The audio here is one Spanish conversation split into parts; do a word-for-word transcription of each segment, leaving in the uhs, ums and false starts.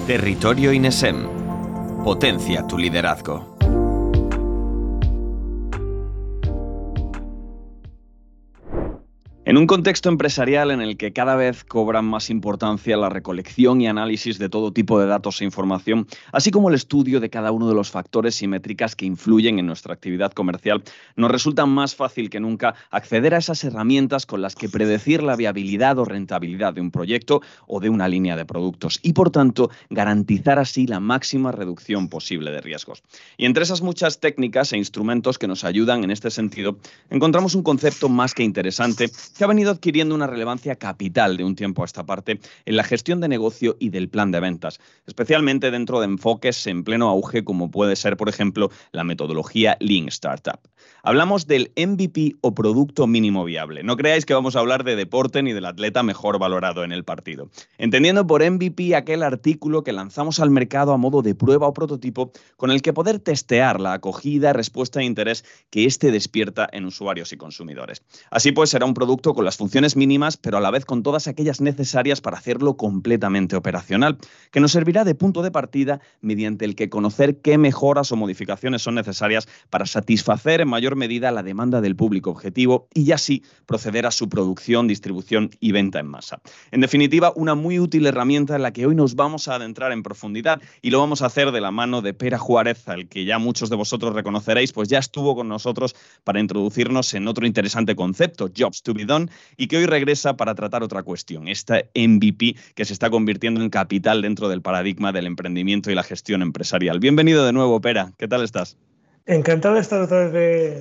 Territorio INESEM. Potencia tu liderazgo. En un contexto empresarial en el que cada vez cobran más importancia la recolección y análisis de todo tipo de datos e información, así como el estudio de cada uno de los factores y métricas que influyen en nuestra actividad comercial, nos resulta más fácil que nunca acceder a esas herramientas con las que predecir la viabilidad o rentabilidad de un proyecto o de una línea de productos y, por tanto, garantizar así la máxima reducción posible de riesgos. Y entre esas muchas técnicas e instrumentos que nos ayudan en este sentido, encontramos un concepto más que interesante que ha venido adquiriendo una relevancia capital de un tiempo a esta parte en la gestión de negocio y del plan de ventas, especialmente dentro de enfoques en pleno auge como puede ser, por ejemplo, la metodología Lean Startup. Hablamos del M V P o Producto Mínimo Viable. No creáis que vamos a hablar de deporte ni del atleta mejor valorado en el partido. Entendiendo por M V P aquel artículo que lanzamos al mercado a modo de prueba o prototipo con el que poder testear la acogida, respuesta e interés que éste despierta en usuarios y consumidores. Así pues, será un producto con las funciones mínimas, pero a la vez con todas aquellas necesarias para hacerlo completamente operacional, que nos servirá de punto de partida mediante el que conocer qué mejoras o modificaciones son necesarias para satisfacer en mayor medida la demanda del público objetivo y así proceder a su producción, distribución y venta en masa. En definitiva, una muy útil herramienta en la que hoy nos vamos a adentrar en profundidad y lo vamos a hacer de la mano de Pere Juárez, al que ya muchos de vosotros reconoceréis, pues ya estuvo con nosotros para introducirnos en otro interesante concepto, Jobs to be done, y que hoy regresa para tratar otra cuestión, esta M V P que se está convirtiendo en capital dentro del paradigma del emprendimiento y la gestión empresarial. Bienvenido de nuevo, Pere. ¿Qué tal estás? Encantado de estar otra vez de,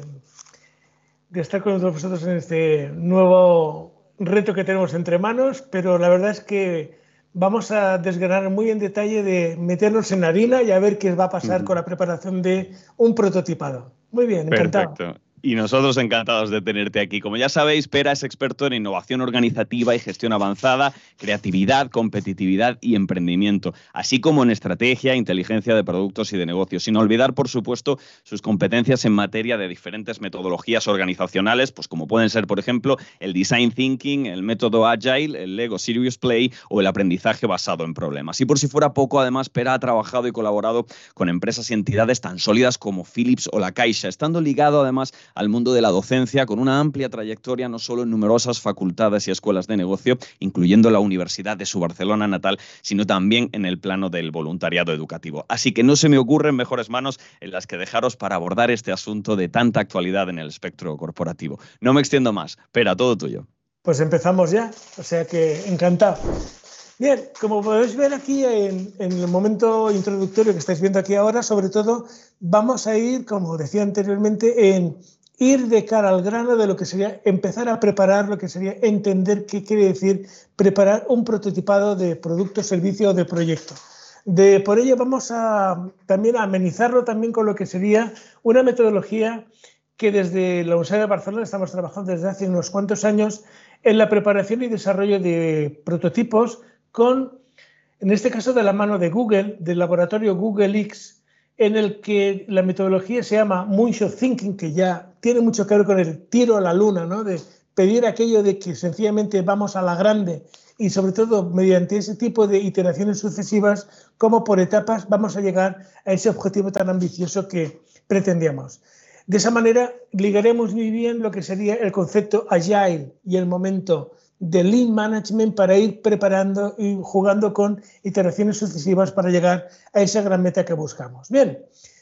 de estar con todos vosotros en este nuevo reto que tenemos entre manos, pero la verdad es que vamos a desgranar muy en detalle de meternos en harina y a ver qué va a pasar con la preparación de un prototipado. Muy bien, encantado. Perfecto. Y nosotros encantados de tenerte aquí. Como ya sabéis, Pere es experto en innovación organizativa y gestión avanzada, creatividad, competitividad y emprendimiento, así como en estrategia, inteligencia de productos y de negocios, sin olvidar, por supuesto, sus competencias en materia de diferentes metodologías organizacionales, pues como pueden ser, por ejemplo, el design thinking, el método agile, el Lego Serious Play o el aprendizaje basado en problemas. Y por si fuera poco, además, Pere ha trabajado y colaborado con empresas y entidades tan sólidas como Philips o la Caixa, estando ligado además al mundo de la docencia con una amplia trayectoria no solo en numerosas facultades y escuelas de negocio, incluyendo la Universidad de su Barcelona natal, sino también en el plano del voluntariado educativo. Así que no se me ocurren mejores manos en las que dejaros para abordar este asunto de tanta actualidad en el espectro corporativo. No me extiendo más. Pere, todo tuyo. Pues empezamos ya, o sea que encantado. Bien, como podéis ver aquí en, en el momento introductorio que estáis viendo aquí ahora, sobre todo vamos a ir, como decía anteriormente, en ir de cara al grano de lo que sería empezar a preparar, lo que sería entender qué quiere decir preparar un prototipado de producto, servicio o de proyecto. De, por ello vamos a también a amenizarlo también con lo que sería una metodología que desde la Universidad de Barcelona estamos trabajando desde hace unos cuantos años en la preparación y desarrollo de prototipos con, en este caso, de la mano de Google, del laboratorio Google X, en el que la metodología se llama Moonshot Thinking, que ya tiene mucho que ver con el tiro a la luna, ¿no? De pedir aquello de que sencillamente vamos a la grande y sobre todo mediante ese tipo de iteraciones sucesivas, como por etapas vamos a llegar a ese objetivo tan ambicioso que pretendíamos. De esa manera ligaremos muy bien lo que sería el concepto Agile y el momento de Lean Management para ir preparando y jugando con iteraciones sucesivas para llegar a esa gran meta que buscamos. Bien,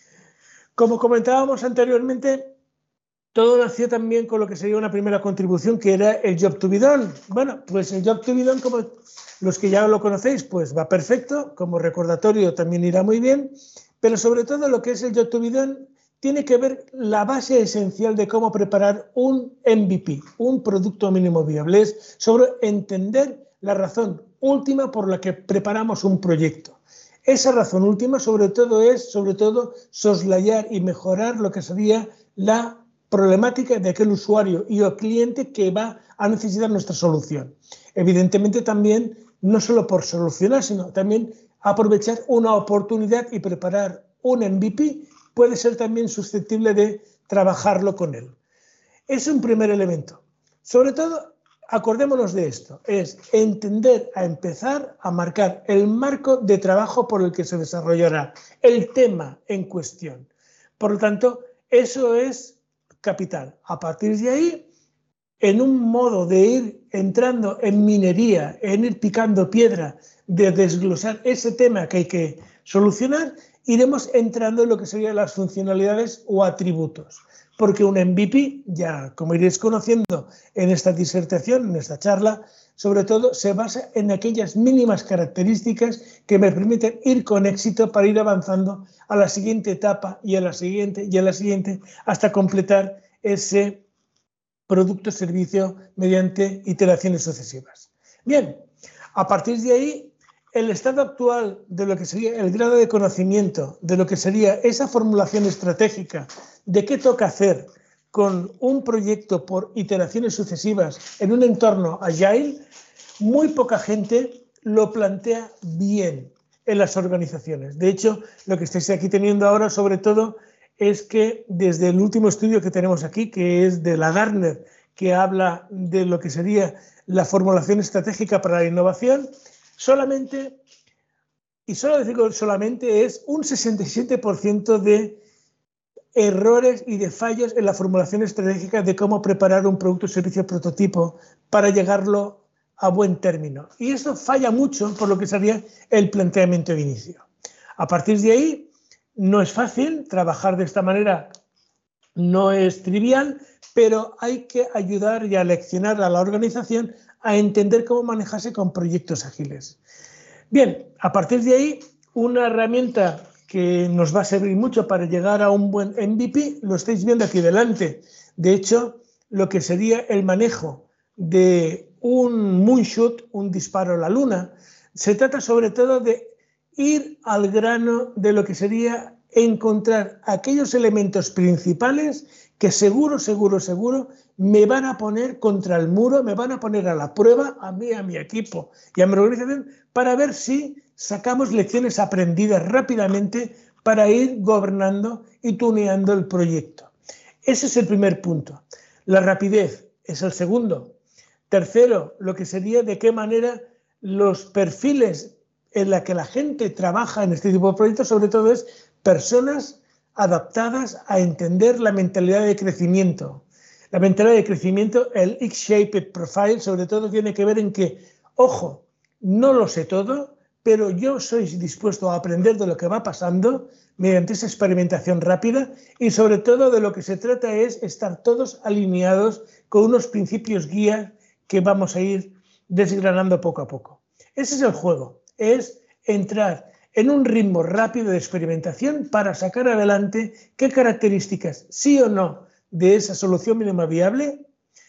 como comentábamos anteriormente, todo nació también con lo que sería una primera contribución, que era el Job to be done. Bueno, pues el Job to be done, como los que ya lo conocéis, pues va perfecto, como recordatorio también irá muy bien, pero sobre todo lo que es el Job to be done tiene que ver la base esencial de cómo preparar un M V P, un producto mínimo viable, es sobre entender la razón última por la que preparamos un proyecto. Esa razón última sobre todo es, sobre todo, soslayar y mejorar lo que sería la problemática de aquel usuario y o cliente que va a necesitar nuestra solución. Evidentemente también, no solo por solucionar, sino también aprovechar una oportunidad y preparar un M V P puede ser también susceptible de trabajarlo con él. Es un primer elemento. Sobre todo, acordémonos de esto, es entender a empezar a marcar el marco de trabajo por el que se desarrollará el tema en cuestión. Por lo tanto, eso es capital. A partir de ahí, en un modo de ir entrando en minería, en ir picando piedra, de desglosar ese tema que hay que solucionar, iremos entrando en lo que serían las funcionalidades o atributos. Porque un M V P, ya como iréis conociendo en esta disertación, en esta charla, sobre todo se basa en aquellas mínimas características que me permiten ir con éxito para ir avanzando a la siguiente etapa y a la siguiente y a la siguiente hasta completar ese producto o servicio mediante iteraciones sucesivas. Bien, a partir de ahí, el estado actual de lo que sería el grado de conocimiento, de lo que sería esa formulación estratégica de qué toca hacer con un proyecto por iteraciones sucesivas en un entorno agile, muy poca gente lo plantea bien en las organizaciones. De hecho, lo que estáis aquí teniendo ahora, sobre todo, es que desde el último estudio que tenemos aquí, que es de la Gartner, que habla de lo que sería la formulación estratégica para la innovación, solamente, y solo decir solamente, es un sesenta y siete por ciento de errores y de fallos en la formulación estratégica de cómo preparar un producto o servicio prototipo para llegarlo a buen término. Y eso falla mucho por lo que sería el planteamiento de inicio. A partir de ahí, no es fácil trabajar de esta manera, no es trivial, pero hay que ayudar y aleccionar a la organización a entender cómo manejarse con proyectos ágiles. Bien, a partir de ahí, una herramienta que nos va a servir mucho para llegar a un buen M V P, lo estáis viendo aquí delante. De hecho, lo que sería el manejo de un moonshot, un disparo a la luna, se trata sobre todo de ir al grano de lo que sería encontrar aquellos elementos principales que seguro, seguro, seguro me van a poner contra el muro, me van a poner a la prueba a mí, a mi equipo y a mi organización para ver si sacamos lecciones aprendidas rápidamente para ir gobernando y tuneando el proyecto. Ese es el primer punto. La rapidez es el segundo. Tercero, lo que sería de qué manera los perfiles en la que la gente trabaja en este tipo de proyectos, sobre todo es personas adaptadas a entender la mentalidad de crecimiento. La mentalidad de crecimiento, el X-shaped profile, sobre todo tiene que ver en que, ojo, no lo sé todo, pero yo soy dispuesto a aprender de lo que va pasando mediante esa experimentación rápida y sobre todo de lo que se trata es estar todos alineados con unos principios guía que vamos a ir desgranando poco a poco. Ese es el juego, es entrar en un ritmo rápido de experimentación para sacar adelante qué características, sí o no, de esa solución mínima viable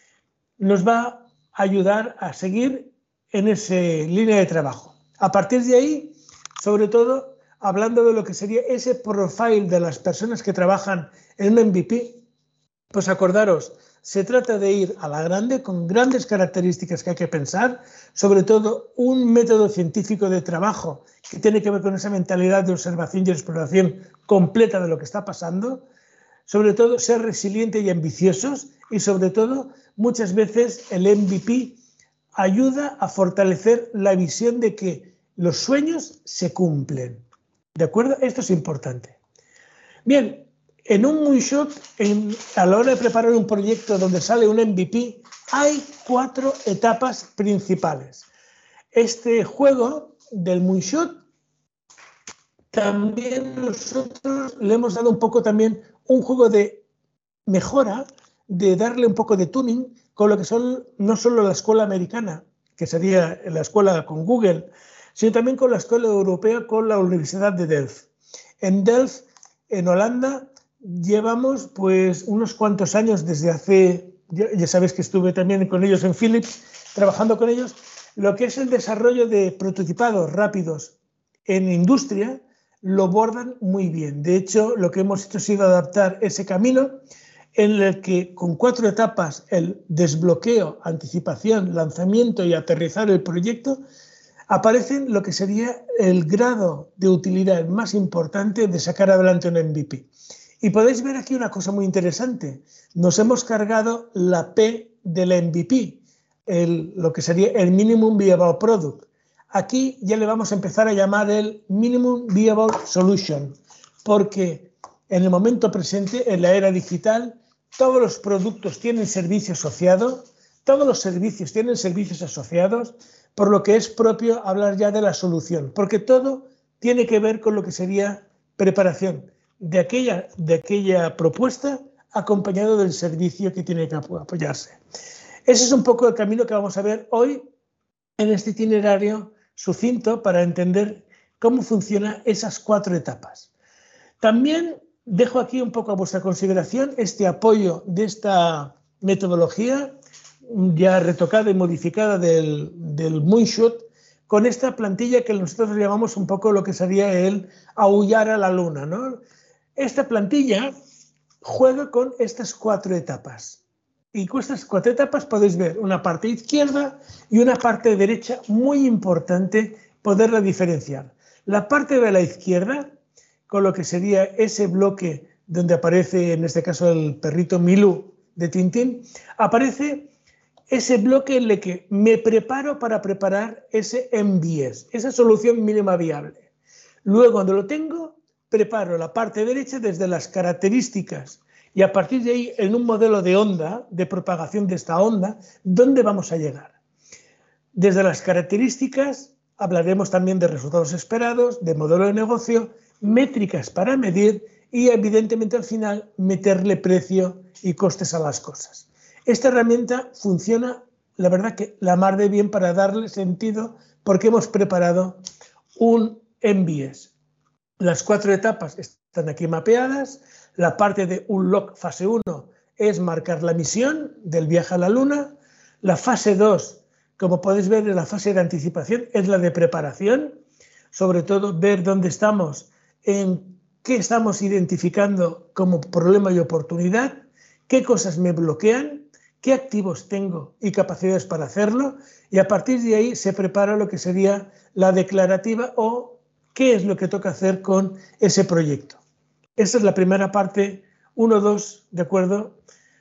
nos va a ayudar a seguir en esa línea de trabajo. A partir de ahí, sobre todo, hablando de lo que sería ese profile de las personas que trabajan en un M V P, pues acordaros, se trata de ir a la grande con grandes características que hay que pensar, sobre todo un método científico de trabajo que tiene que ver con esa mentalidad de observación y exploración completa de lo que está pasando, sobre todo ser resilientes y ambiciosos y sobre todo muchas veces el M V P ayuda a fortalecer la visión de que los sueños se cumplen. ¿De acuerdo? Esto es importante. Bien, en un moonshot, en, a la hora de preparar un proyecto donde sale un M V P, hay cuatro etapas principales. Este juego del moonshot también nosotros le hemos dado un poco también un juego de mejora, de darle un poco de tuning con lo que son no solo la escuela americana, que sería la escuela con Google, sino también con la escuela europea, con la Universidad de Delft. En Delft, en Holanda, llevamos pues unos cuantos años desde hace, ya, ya sabéis que estuve también con ellos en Philips, trabajando con ellos, lo que es el desarrollo de prototipados rápidos en industria, lo bordan muy bien. De hecho, lo que hemos hecho ha sido adaptar ese camino en el que con cuatro etapas, el desbloqueo, anticipación, lanzamiento y aterrizar el proyecto, aparecen lo que sería el grado de utilidad más importante de sacar adelante un M V P. Y podéis ver aquí una cosa muy interesante. Nos hemos cargado la P del M V P. el, lo que sería el Minimum Viable Product. Aquí ya le vamos a empezar a llamar el Minimum Viable Solution, porque en el momento presente, en la era digital, todos los productos tienen servicio asociado, todos los servicios tienen servicios asociados, por lo que es propio hablar ya de la solución, porque todo tiene que ver con lo que sería preparación de aquella, de aquella propuesta acompañado del servicio que tiene que apoyarse. Ese es un poco el camino que vamos a ver hoy en este itinerario sucinto para entender cómo funcionan esas cuatro etapas. También dejo aquí un poco a vuestra consideración este apoyo de esta metodología ya retocada y modificada del, del Moonshot con esta plantilla que nosotros llamamos un poco lo que sería el aullar a la luna, ¿no? Esta plantilla juega con estas cuatro etapas. Y con estas cuatro etapas podéis ver una parte izquierda y una parte derecha, muy importante poderla diferenciar. La parte de la izquierda, con lo que sería ese bloque donde aparece, en este caso, el perrito Milú de Tintín, aparece ese bloque en el que me preparo para preparar ese M V S, esa solución mínima viable. Luego, cuando lo tengo, preparo la parte derecha desde las características y a partir de ahí, en un modelo de onda, de propagación de esta onda, ¿dónde vamos a llegar? Desde las características hablaremos también de resultados esperados, de modelo de negocio, métricas para medir y, evidentemente, al final, meterle precio y costes a las cosas. Esta herramienta funciona, la verdad, que la mar de bien para darle sentido porque hemos preparado un M V S. Las cuatro etapas están aquí mapeadas. La parte de Unlock fase uno es marcar la misión del viaje a la Luna. La fase dos, como podéis ver, en la fase de anticipación es la de preparación. Sobre todo ver dónde estamos, en qué estamos identificando como problema y oportunidad, qué cosas me bloquean, qué activos tengo y capacidades para hacerlo. Y a partir de ahí se prepara lo que sería la declarativa o qué es lo que toca hacer con ese proyecto. Esa es la primera parte, uno, dos, ¿de acuerdo?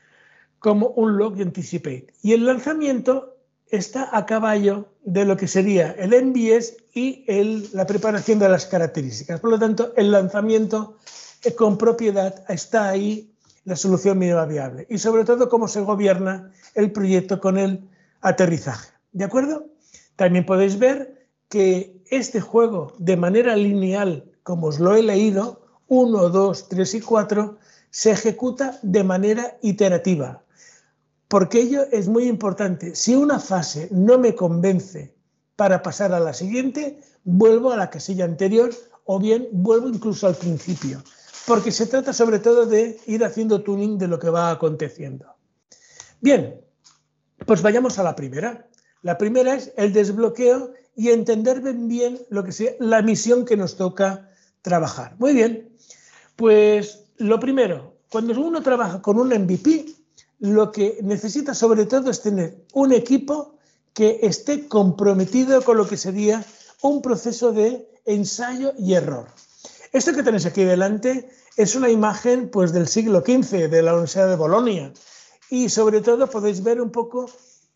Como un log y anticipate. Y el lanzamiento está a caballo de lo que sería el M V S y el, la preparación de las características. Por lo tanto, el lanzamiento eh, con propiedad está ahí la solución mínima viable. Y sobre todo, cómo se gobierna el proyecto con el aterrizaje. ¿De acuerdo? También podéis ver que este juego, de manera lineal, como os lo he leído, uno, dos, tres y cuatro, se ejecuta de manera iterativa. Porque ello es muy importante. Si una fase no me convence para pasar a la siguiente, vuelvo a la casilla anterior o bien vuelvo incluso al principio. Porque se trata sobre todo de ir haciendo tuning de lo que va aconteciendo. Bien, pues vayamos a la primera. La primera es el desbloqueo y entender bien, bien lo que sea la misión que nos toca trabajar. Muy bien, pues lo primero, cuando uno trabaja con un M V P, lo que necesita sobre todo es tener un equipo que esté comprometido con lo que sería un proceso de ensayo y error. Esto que tenéis aquí delante es una imagen pues, del siglo quince de la Universidad de Bolonia y sobre todo podéis ver un poco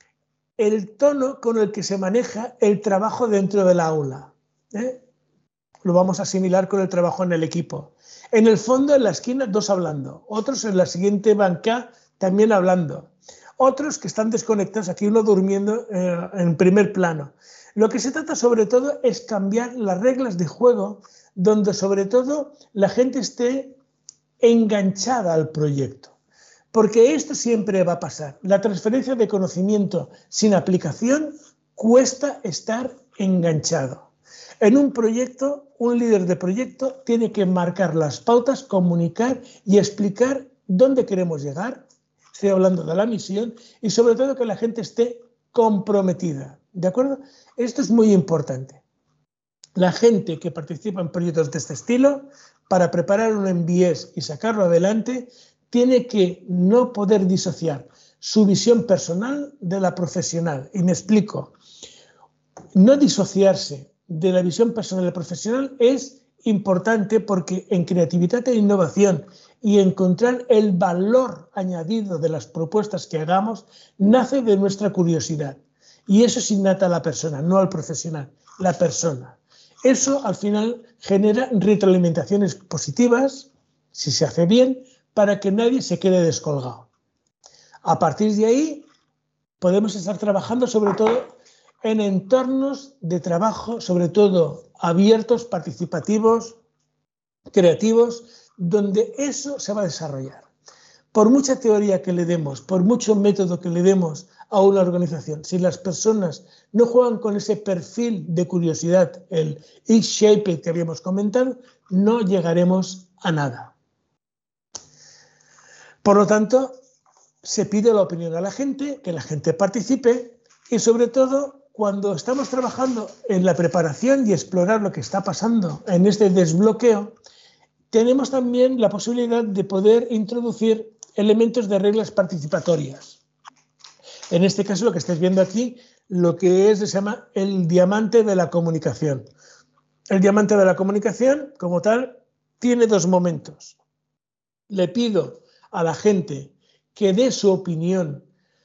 el tono con el que se maneja el trabajo dentro del aula. ¿eh? Lo vamos a asimilar con el trabajo en el equipo. En el fondo, en la esquina, dos hablando. Otros en la siguiente banca también hablando. Otros que están desconectados, aquí uno durmiendo eh, en primer plano. Lo que se trata sobre todo es cambiar las reglas de juego donde sobre todo la gente esté enganchada al proyecto. Porque esto siempre va a pasar. La transferencia de conocimiento sin aplicación cuesta estar enganchado. En un proyecto, un líder de proyecto tiene que marcar las pautas, comunicar y explicar dónde queremos llegar. Estoy hablando de la misión y sobre todo que la gente esté comprometida. ¿De acuerdo? Esto es muy importante. La gente que participa en proyectos de este estilo, para preparar un M V S y sacarlo adelante, tiene que no poder disociar su visión personal de la profesional. Y me explico. No disociarse de la visión personal y profesional es importante porque en creatividad e innovación y encontrar el valor añadido de las propuestas que hagamos nace de nuestra curiosidad. Y eso es innata a la persona, no al profesional, la persona. Eso al final genera retroalimentaciones positivas, si se hace bien, para que nadie se quede descolgado. A partir de ahí podemos estar trabajando sobre todo en entornos de trabajo, sobre todo abiertos, participativos, creativos, donde eso se va a desarrollar. Por mucha teoría que le demos, por mucho método que le demos a una organización, si las personas no juegan con ese perfil de curiosidad, el X-shaped que habíamos comentado, no llegaremos a nada. Por lo tanto, se pide la opinión a la gente, que la gente participe y sobre todo cuando estamos trabajando en la preparación y explorar lo que está pasando en este desbloqueo, tenemos también la posibilidad de poder introducir elementos de reglas participatorias. En este caso, lo que estáis viendo aquí, lo que es, se llama el diamante de la comunicación. El diamante de la comunicación, como tal, tiene dos momentos. Le pido a la gente que dé su opinión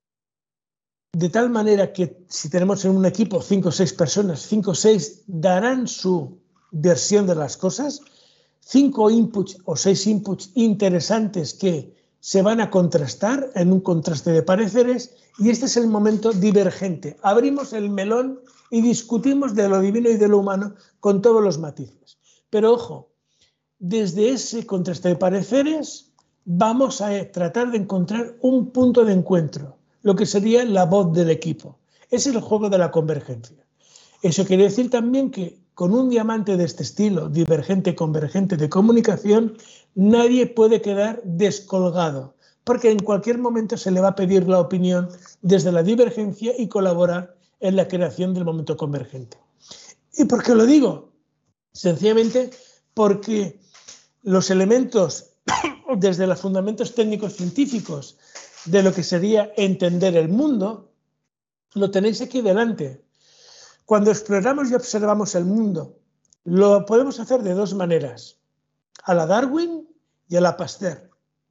de tal manera que si tenemos en un equipo cinco o seis personas, cinco o seis darán su versión de las cosas, cinco inputs o seis inputs interesantes que se van a contrastar en un contraste de pareceres y este es el momento divergente. Abrimos el melón y discutimos de lo divino y de lo humano con todos los matices. Pero ojo, desde ese contraste de pareceres vamos a tratar de encontrar un punto de encuentro, lo que sería la voz del equipo. Ese es el juego de la convergencia. Eso quiere decir también que con un diamante de este estilo, divergente, convergente de comunicación, nadie puede quedar descolgado, porque en cualquier momento se le va a pedir la opinión desde la divergencia y colaborar en la creación del momento convergente. ¿Y por qué lo digo? Sencillamente porque los elementos, desde los fundamentos técnicos científicos, de lo que sería entender el mundo, lo tenéis aquí delante. Cuando exploramos y observamos el mundo, lo podemos hacer de dos maneras, a la Darwin y a la Pasteur.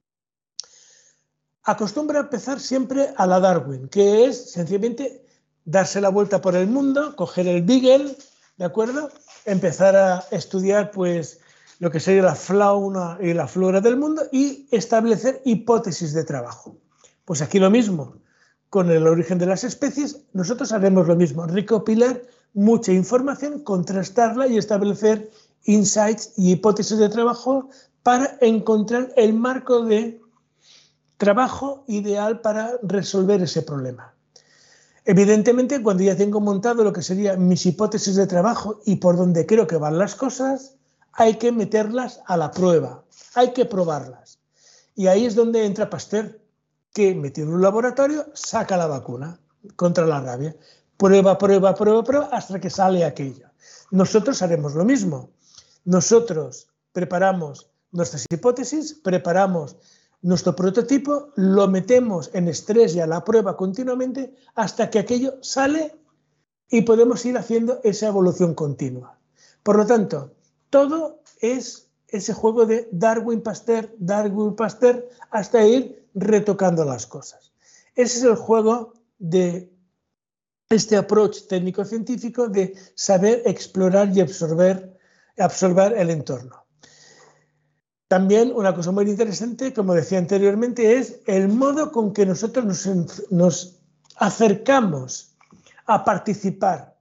Acostumbra empezar siempre a la Darwin, que es sencillamente darse la vuelta por el mundo, coger el Beagle, ¿de acuerdo? Empezar a estudiar pues lo que sería la fauna y la flora del mundo y establecer hipótesis de trabajo. Pues aquí lo mismo, con el origen de las especies, nosotros haremos lo mismo, recopilar mucha información, contrastarla y establecer insights y hipótesis de trabajo para encontrar el marco de trabajo ideal para resolver ese problema. Evidentemente, cuando ya tengo montado lo que serían mis hipótesis de trabajo y por donde creo que van las cosas, hay que meterlas a la prueba, hay que probarlas. Y ahí es donde entra Pasteur, que metido en un laboratorio saca la vacuna contra la rabia. Prueba, prueba, prueba, prueba, hasta que sale aquello. Nosotros haremos lo mismo. Nosotros preparamos nuestras hipótesis, preparamos nuestro prototipo, lo metemos en estrés y a la prueba continuamente hasta que aquello sale y podemos ir haciendo esa evolución continua. Por lo tanto, todo es ese juego de Darwin-Pasteur, Darwin-Pasteur, hasta ir retocando las cosas. Ese es el juego de este approach técnico-científico de saber explorar y absorber, absorber el entorno. También una cosa muy interesante, como decía anteriormente, es el modo con que nosotros nos, nos acercamos a participar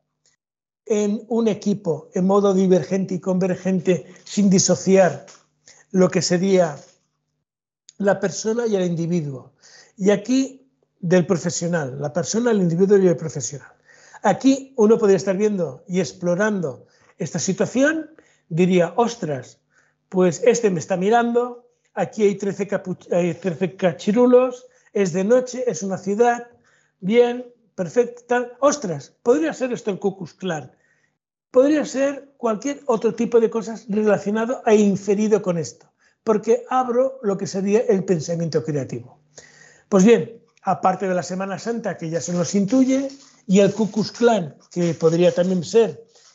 en un equipo en modo divergente y convergente sin disociar lo que sería la persona y el individuo. Y aquí del profesional, la persona, el individuo y el profesional. Aquí uno podría estar viendo y explorando esta situación, diría, ostras, pues este me está mirando, aquí hay trece, hay trece cachirulos, es de noche, es una ciudad, bien, perfecto, tal. Ostras, podría ser esto el Ku Klux Klan. Podría ser cualquier otro tipo de cosas relacionado e inferido con esto, porque abro lo que sería el pensamiento creativo. Pues bien, aparte de la Semana Santa, que ya se nos intuye, y el Ku Klux Klan, que podría también ser,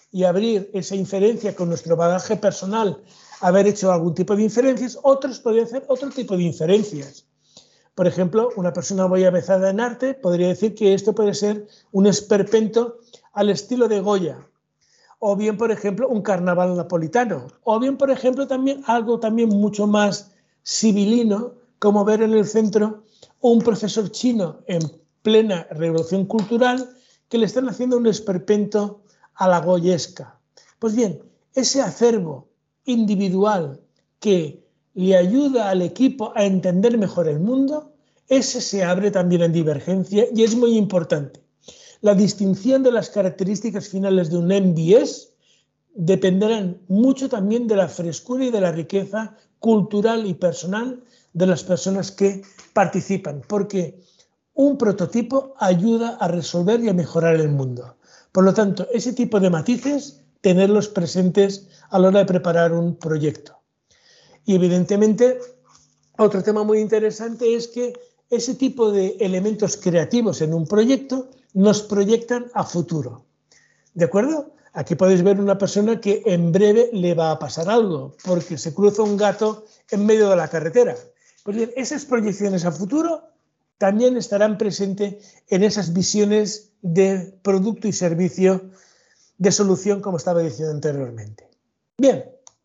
y abrir esa inferencia con nuestro bagaje personal, haber hecho algún tipo de inferencias, otros podrían hacer otro tipo de inferencias. Por ejemplo, una persona muy avezada en arte podría decir que esto puede ser un esperpento al estilo de Goya, o bien, por ejemplo, un carnaval napolitano, o bien, por ejemplo, también algo también mucho más sibilino, como ver en el centro un profesor chino en plena revolución cultural que le están haciendo un esperpento a la goyesca. Pues bien, ese acervo individual que le ayuda al equipo a entender mejor el mundo, ese se abre también en divergencia y es muy importante. La distinción de las características finales de un M B S dependerán mucho también de la frescura y de la riqueza cultural y personal de las personas que participan, porque un prototipo ayuda a resolver y a mejorar el mundo. Por lo tanto, ese tipo de matices, tenerlos presentes a la hora de preparar un proyecto. Y evidentemente, otro tema muy interesante es que ese tipo de elementos creativos en un proyecto nos proyectan a futuro. ¿De acuerdo? Aquí podéis ver una persona que en breve le va a pasar algo, porque se cruza un gato en medio de la carretera. Pues bien, esas proyecciones a futuro también estarán presentes en esas visiones de producto y servicio de solución, como estaba diciendo anteriormente. Bien,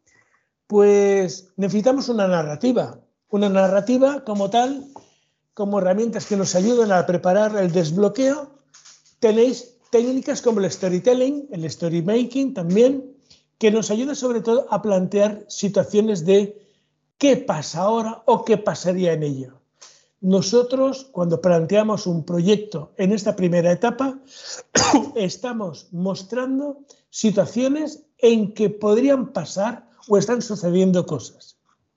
pues necesitamos una narrativa. Una narrativa como tal, como herramientas que nos ayuden a preparar el desbloqueo. Tenéis técnicas como el storytelling, el storymaking también, que nos ayuda sobre todo a plantear situaciones de qué pasa ahora o qué pasaría en ello. Nosotros, cuando planteamos un proyecto en esta primera etapa, estamos mostrando situaciones en que podrían pasar o están sucediendo cosas.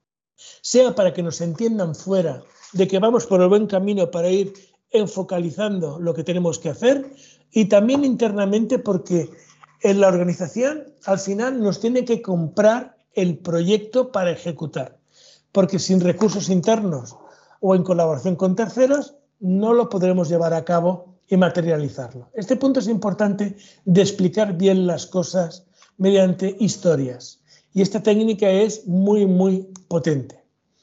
Sea para que nos entiendan fuera de que vamos por el buen camino para ir enfocalizando lo que tenemos que hacer, y también internamente porque en la organización al final nos tiene que comprar el proyecto para ejecutar, porque sin recursos internos o en colaboración con terceros no lo podremos llevar a cabo y materializarlo. Este punto es importante de explicar bien las cosas mediante historias, y esta técnica es muy muy potente.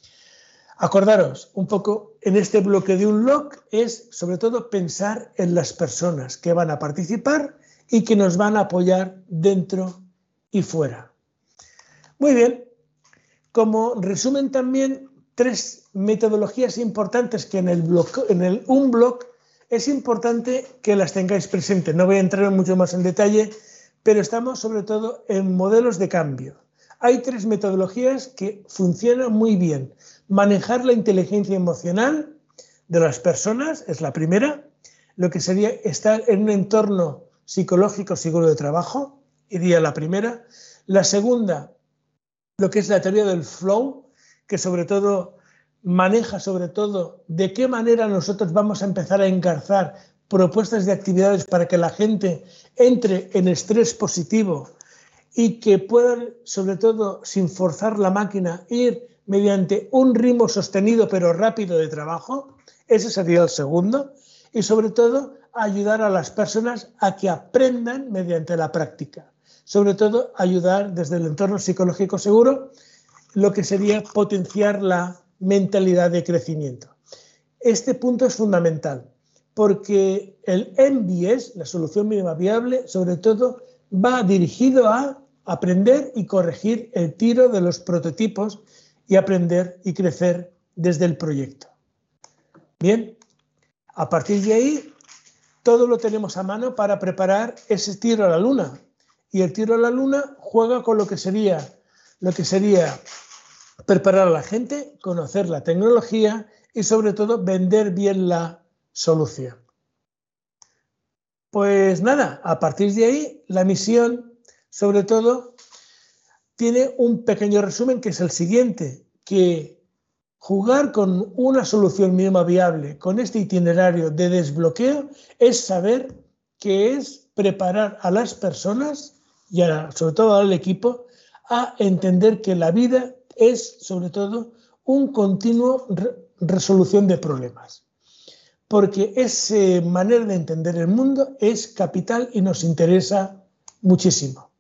Acordaros un poco en este bloque de un log es sobre todo pensar en las personas que van a participar y que nos van a apoyar dentro y fuera. Muy bien, como resumen también tres metodologías importantes que en el, bloque, en el un blog es importante que las tengáis presentes. No voy a entrar mucho más en detalle, pero estamos sobre todo en modelos de cambio. Hay tres metodologías que funcionan muy bien. Manejar la inteligencia emocional de las personas es la primera, lo que sería estar en un entorno psicológico seguro de trabajo, iría la primera. La segunda, lo que es la teoría del flow, que sobre todo maneja sobre todo de qué manera nosotros vamos a empezar a engarzar propuestas de actividades para que la gente entre en estrés positivo y que puedan, sobre todo, sin forzar la máquina, ir mediante un ritmo sostenido pero rápido de trabajo. Ese sería el segundo. Y sobre todo, ayudar a las personas a que aprendan mediante la práctica. Sobre todo, ayudar desde el entorno psicológico seguro, lo que sería potenciar la mentalidad de crecimiento. Este punto es fundamental, porque el M B S, la solución mínima viable, sobre todo, va dirigido a aprender y corregir el tiro de los prototipos y aprender y crecer desde el proyecto. Bien, a partir de ahí, todo lo tenemos a mano para preparar ese tiro a la luna. Y el tiro a la luna juega con lo que sería, lo que sería preparar a la gente, conocer la tecnología y sobre todo vender bien la solución. Pues nada, a partir de ahí, la misión sobre todo, tiene un pequeño resumen que es el siguiente, que jugar con una solución mínima viable, con este itinerario de desbloqueo, es saber que es preparar a las personas y a, sobre todo al equipo a entender que la vida es sobre todo un continuo re- resolución de problemas. Porque esa manera de entender el mundo es capital y nos interesa muchísimo.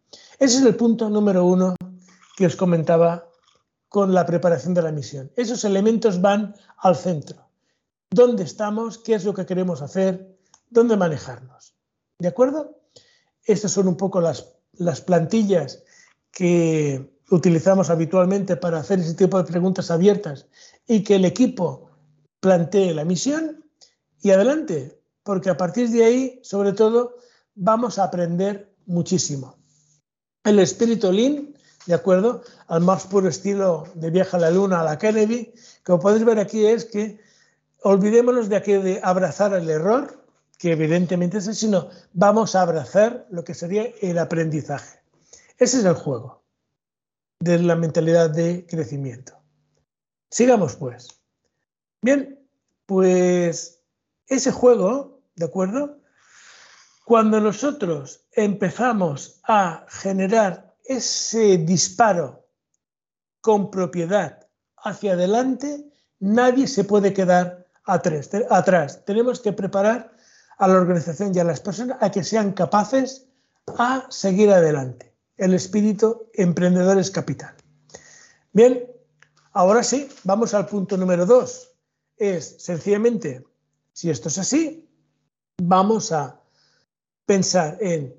Ese es el punto número uno que os comentaba con la preparación de la misión. Esos elementos van al centro. ¿Dónde estamos? ¿Qué es lo que queremos hacer? ¿Dónde manejarnos? ¿De acuerdo? Estas son un poco las, las plantillas que utilizamos habitualmente para hacer ese tipo de preguntas abiertas y que el equipo plantee la misión y adelante, porque a partir de ahí, sobre todo, vamos a aprender muchísimo. El espíritu Lean, ¿de acuerdo? Al más puro estilo de Viaje a la Luna, a la Kennedy, como podéis ver aquí es que olvidémonos de aquello de abrazar el error, que evidentemente es así, sino vamos a abrazar lo que sería el aprendizaje. Ese es el juego de la mentalidad de crecimiento. Sigamos pues. Bien, pues ese juego, ¿de acuerdo? Cuando nosotros empezamos a generar ese disparo con propiedad hacia adelante, nadie se puede quedar atrás. atrás. Tenemos que preparar a la organización y a las personas a que sean capaces a seguir adelante. El espíritu emprendedor es capital. Bien, ahora sí, vamos al punto número dos. Es sencillamente, si esto es así, vamos a pensar en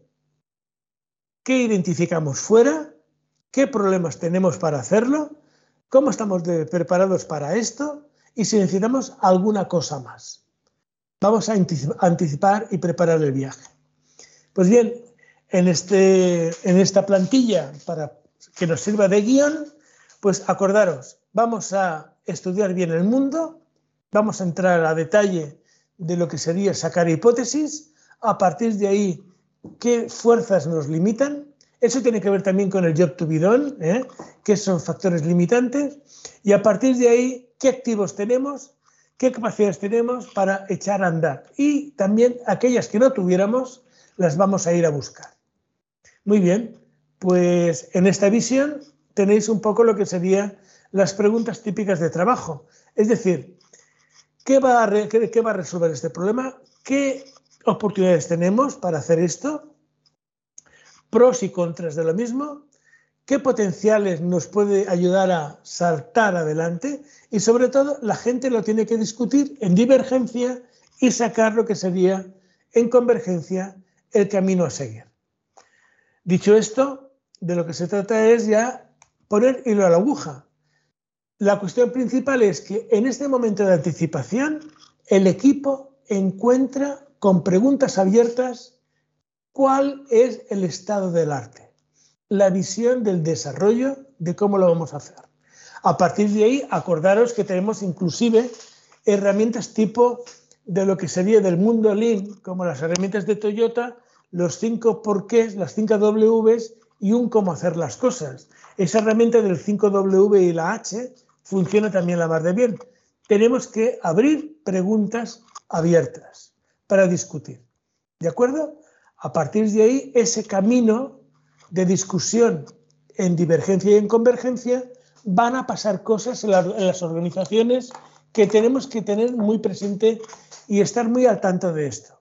qué identificamos fuera, qué problemas tenemos para hacerlo, cómo estamos de preparados para esto y si necesitamos alguna cosa más. Vamos a anticipar y preparar el viaje. Pues bien, en, este, en esta plantilla, para que nos sirva de guión, pues acordaros, vamos a estudiar bien el mundo, vamos a entrar a detalle de lo que sería sacar hipótesis, a partir de ahí, qué fuerzas nos limitan. Eso tiene que ver también con el job to be done, ¿eh? Qué son factores limitantes, y a partir de ahí, qué activos tenemos, qué capacidades tenemos para echar a andar. Y también aquellas que no tuviéramos, las vamos a ir a buscar. Muy bien, pues en esta visión tenéis un poco lo que serían las preguntas típicas de trabajo. Es decir, ¿qué va a, re, qué, qué va a resolver este problema? ¿Qué oportunidades tenemos para hacer esto? Pros y contras de lo mismo. ¿Qué potenciales nos puede ayudar a saltar adelante? Y sobre todo, la gente lo tiene que discutir en divergencia y sacar lo que sería en convergencia el camino a seguir. Dicho esto, de lo que se trata es ya poner hilo a la aguja. La cuestión principal es que en este momento de anticipación, el equipo encuentra con preguntas abiertas cuál es el estado del arte, la visión del desarrollo de cómo lo vamos a hacer. A partir de ahí, acordaros que tenemos inclusive herramientas tipo de lo que sería del mundo Lean, como las herramientas de Toyota, los cinco porqués, las cinco Ws y un cómo hacer las cosas. Esa herramienta del cinco W y la H funciona también la mar de bien. Tenemos que abrir preguntas abiertas para discutir. ¿De acuerdo? A partir de ahí, ese camino de discusión en divergencia y en convergencia, van a pasar cosas en, la, en las organizaciones que tenemos que tener muy presente y estar muy al tanto de esto.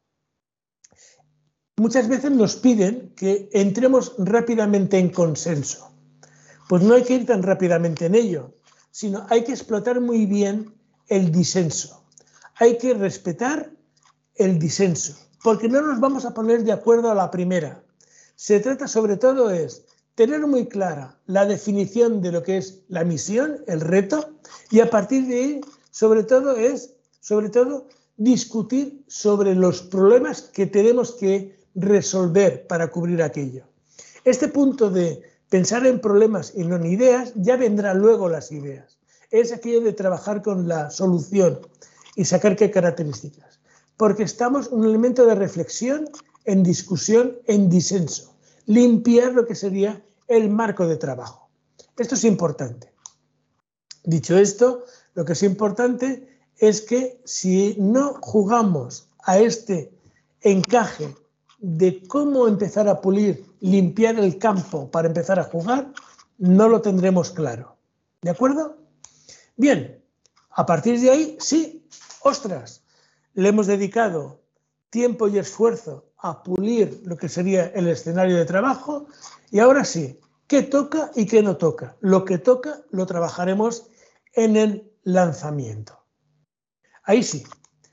Muchas veces nos piden que entremos rápidamente en consenso. Pues no hay que ir tan rápidamente en ello, sino hay que explotar muy bien el disenso. Hay que respetar el disenso, porque no nos vamos a poner de acuerdo a la primera. Se trata sobre todo es tener muy clara la definición de lo que es la misión, el reto, y a partir de ahí, sobre todo es, sobre todo, discutir sobre los problemas que tenemos que resolver para cubrir aquello. Este punto de pensar en problemas y no en ideas, ya vendrán luego las ideas. Es aquello de trabajar con la solución y sacar qué características. Porque estamos en un elemento de reflexión, en discusión, en disenso. Limpiar lo que sería el marco de trabajo. Esto es importante. Dicho esto, lo que es importante es que si no jugamos a este encaje de cómo empezar a pulir, limpiar el campo para empezar a jugar, no lo tendremos claro. ¿De acuerdo? Bien, a partir de ahí, sí, ostras, le hemos dedicado tiempo y esfuerzo a pulir lo que sería el escenario de trabajo Y ahora sí, ¿qué toca y qué no toca? Lo que toca lo trabajaremos en el lanzamiento. Ahí sí.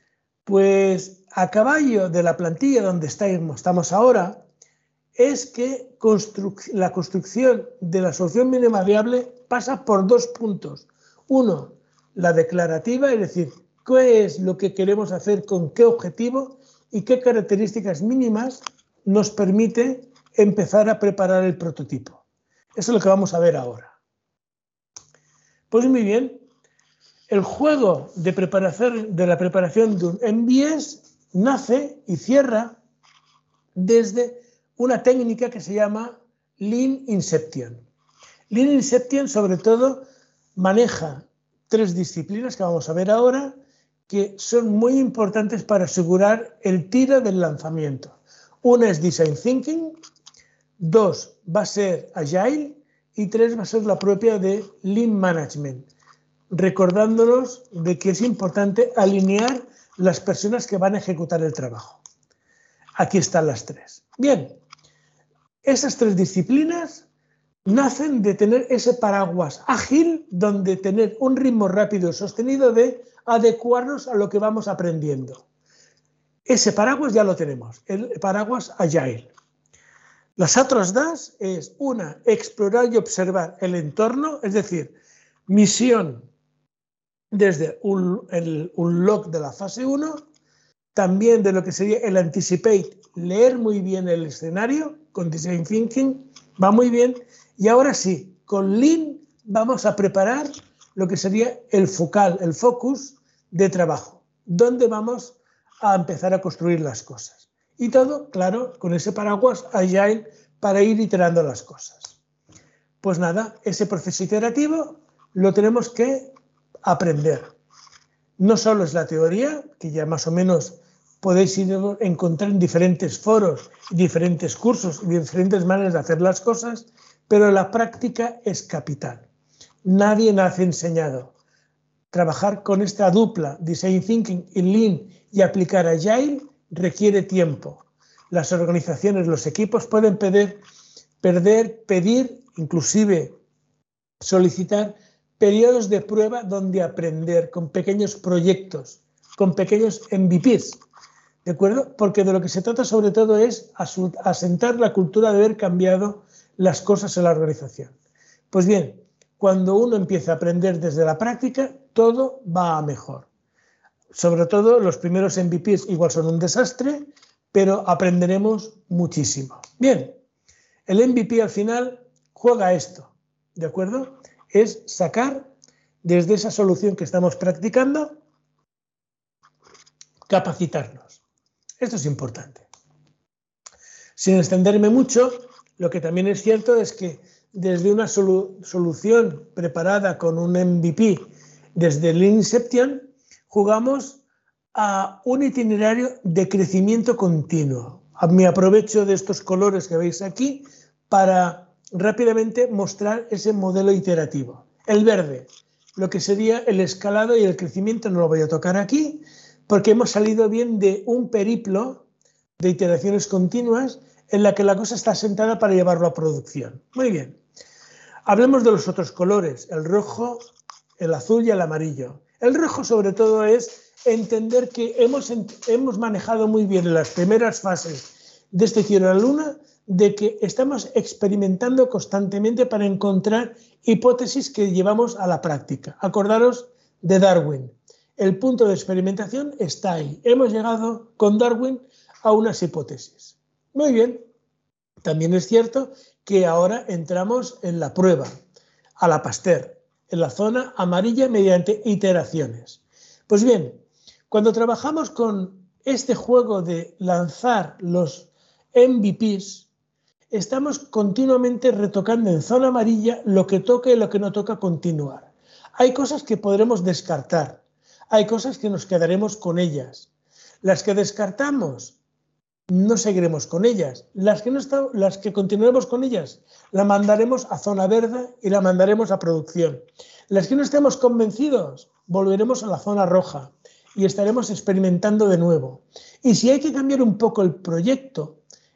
Pues a caballo de la plantilla donde estamos ahora, es que constru la construcción de la solución mínima viable pasa por dos puntos. Uno, la declarativa, es decir, qué es lo que queremos hacer, con qué objetivo y qué características mínimas nos permite empezar a preparar el prototipo. Eso es lo que vamos a ver ahora. Pues muy bien, el juego de, preparación, de la preparación de un M V S nace y cierra desde una técnica que se llama Lean Inception. Lean Inception, sobre todo, maneja tres disciplinas que vamos a ver ahora, que son muy importantes para asegurar el tiro del lanzamiento. Una es Design Thinking, dos va a ser Agile y tres va a ser la propia de Lean Management, recordándonos de que es importante alinear las personas que van a ejecutar el trabajo. Aquí están las tres. Bien, esas tres disciplinas nacen de tener ese paraguas ágil, donde tener un ritmo rápido y sostenido de adecuarnos a lo que vamos aprendiendo. Ese paraguas ya lo tenemos, el paraguas Agile. Las otras dos es una, explorar y observar el entorno, es decir, misión desde un, el, un log de la fase uno, también de lo que sería el anticipate, leer muy bien el escenario, con Design Thinking, va muy bien. Y ahora sí, con Lean vamos a preparar lo que sería el focal, el focus de trabajo, donde vamos a empezar a construir las cosas. Y todo, claro, con ese paraguas Agile para ir iterando las cosas. Pues nada, ese proceso iterativo lo tenemos que aprender. No solo es la teoría, que ya más o menos podéis ir a encontrar en diferentes foros, diferentes cursos y diferentes maneras de hacer las cosas, pero la práctica es capital. Nadie nace enseñado. Trabajar con esta dupla, Design Thinking y Lean, y aplicar Agile requiere tiempo. Las organizaciones, los equipos pueden pedir, perder, pedir, inclusive solicitar periodos de prueba donde aprender con pequeños proyectos, con pequeños M V Ps, ¿de acuerdo? Porque de lo que se trata sobre todo es asentar la cultura de haber cambiado las cosas en la organización. Pues bien, cuando uno empieza a aprender desde la práctica, todo va a mejor. Sobre todo los primeros M V Ps igual son un desastre, pero aprenderemos muchísimo. Bien, el M V P al final juega esto, ¿de acuerdo? Es sacar desde esa solución que estamos practicando, capacitarnos. Esto es importante. Sin extenderme mucho, lo que también es cierto es que desde una solu solución preparada con un M V P, desde el Inception, jugamos a un itinerario de crecimiento continuo. Me aprovecho de estos colores que veis aquí para rápidamente mostrar ese modelo iterativo. El verde, lo que sería el escalado y el crecimiento, no lo voy a tocar aquí, porque hemos salido bien de un periplo de iteraciones continuas en la que la cosa está asentada para llevarlo a producción. Muy bien. Hablemos de los otros colores, el rojo, el azul y el amarillo. El rojo sobre todo es entender que hemos, hemos manejado muy bien en las primeras fases de este cielo a la luna, de que estamos experimentando constantemente para encontrar hipótesis que llevamos a la práctica. Acordaros de Darwin. El punto de experimentación está ahí. Hemos llegado con Darwin a unas hipótesis. Muy bien. También es cierto que ahora entramos en la prueba, a la Pasteur, en la zona amarilla mediante iteraciones. Pues bien, cuando trabajamos con este juego de lanzar los M V Ps, estamos continuamente retocando en zona amarilla lo que toca y lo que no toca continuar. Hay cosas que podremos descartar, hay cosas que nos quedaremos con ellas. Las que descartamos, no seguiremos con ellas. Las que, no está, las que continuaremos con ellas, la mandaremos a zona verde y la mandaremos a producción. Las que no estemos convencidos, volveremos a la zona roja y estaremos experimentando de nuevo. Y si hay que cambiar un poco el proyecto,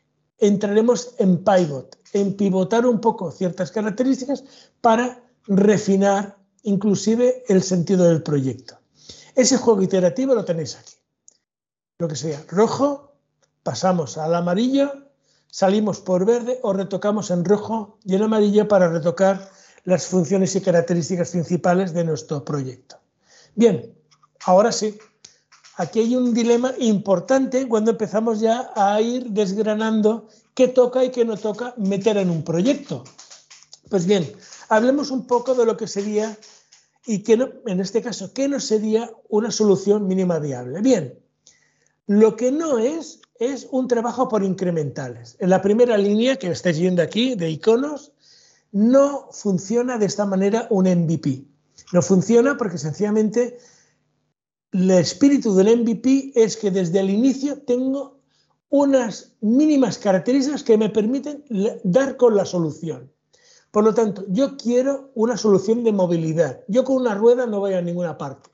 entraremos en pivot, en pivotar un poco ciertas características para refinar inclusive el sentido del proyecto. Ese juego iterativo lo tenéis aquí. Lo que sea rojo, pasamos al amarillo, salimos por verde o retocamos en rojo y en amarillo para retocar las funciones y características principales de nuestro proyecto. Bien, ahora sí, aquí hay un dilema importante cuando empezamos ya a ir desgranando qué toca y qué no toca meter en un proyecto. Pues bien, hablemos un poco de lo que sería, y qué no, en este caso, qué no sería una solución mínima viable. Bien, lo que no es, es un trabajo por incrementales. En la primera línea que estáis viendo aquí, de iconos, no funciona de esta manera un M V P. No funciona porque sencillamente el espíritu del M V P es que desde el inicio tengo unas mínimas características que me permiten dar con la solución. Por lo tanto, yo quiero una solución de movilidad. Yo con una rueda no voy a ninguna parte.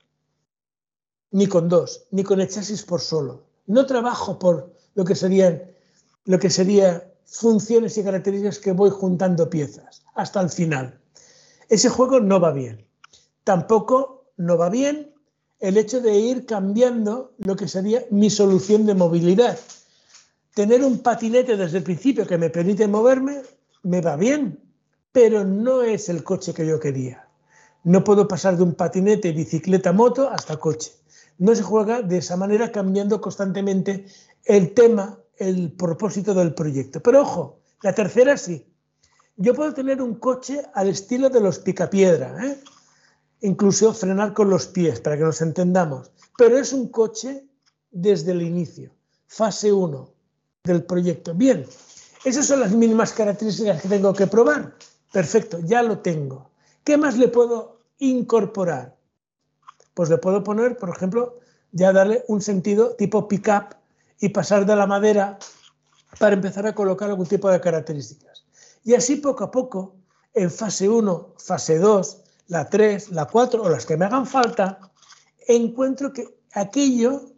Ni con dos, ni con el chasis por solo. No trabajo por lo que serían, lo que serían funciones y características que voy juntando piezas hasta el final. Ese juego no va bien. Tampoco no va bien el hecho de ir cambiando lo que sería mi solución de movilidad. Tener un patinete desde el principio que me permite moverme, me va bien, pero no es el coche que yo quería. No puedo pasar de un patinete, bicicleta, moto hasta coche. No se juega de esa manera, cambiando constantemente el tema, el propósito del proyecto. Pero ojo, la tercera sí. Yo puedo tener un coche al estilo de los picapiedra, ¿eh? Incluso frenar con los pies, para que nos entendamos. Pero es un coche desde el inicio, fase uno del proyecto. Bien, esas son las mínimas características que tengo que probar. Perfecto, ya lo tengo. ¿Qué más le puedo incorporar? Pues le puedo poner, por ejemplo, ya darle un sentido tipo pick-up y pasar de la madera para empezar a colocar algún tipo de características. Y así poco a poco, en fase uno, fase dos, la tres, la cuatro o las que me hagan falta, encuentro que aquello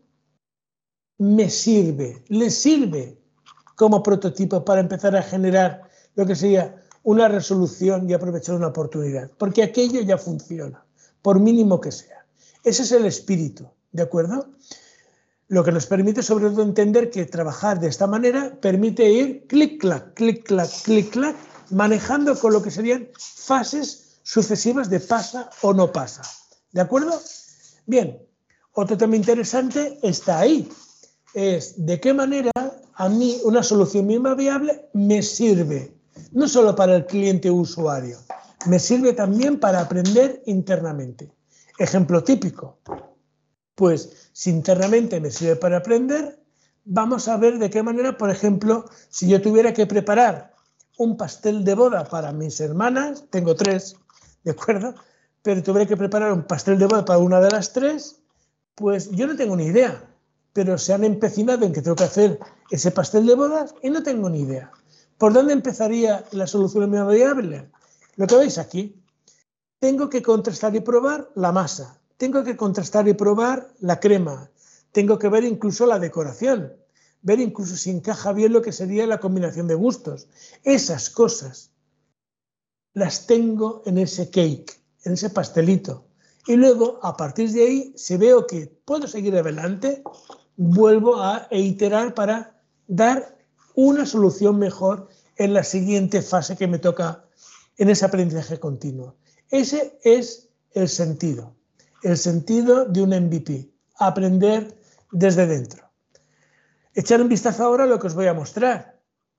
me sirve, le sirve como prototipo para empezar a generar lo que sería una resolución y aprovechar una oportunidad, porque aquello ya funciona, por mínimo que sea. Ese es el espíritu, ¿de acuerdo? Lo que nos permite sobre todo entender que trabajar de esta manera permite ir clic-clac, clic-clac, clic-clac, manejando con lo que serían fases sucesivas de pasa o no pasa, ¿de acuerdo? Bien, otro tema interesante está ahí, es de qué manera a mí una solución mínima viable me sirve, no solo para el cliente usuario, me sirve también para aprender internamente. Ejemplo típico, pues si internamente me sirve para aprender, vamos a ver de qué manera, por ejemplo, si yo tuviera que preparar un pastel de boda para mis hermanas, tengo tres, ¿de acuerdo? Pero tuviera que preparar un pastel de boda para una de las tres, pues yo no tengo ni idea, pero se han empecinado en que tengo que hacer ese pastel de bodas y no tengo ni idea. ¿Por dónde empezaría la solución mínima viable? Lo que veis aquí. Tengo que contrastar y probar la masa. Tengo que contrastar y probar la crema. Tengo que ver incluso la decoración. Ver incluso si encaja bien lo que sería la combinación de gustos. Esas cosas las tengo en ese cake, en ese pastelito. Y luego, a partir de ahí, si veo que puedo seguir adelante, vuelvo a iterar para dar una solución mejor en la siguiente fase que me toca en ese aprendizaje continuo. Ese es el sentido, el sentido de un M V P, aprender desde dentro. Echar un vistazo ahora a lo que os voy a mostrar.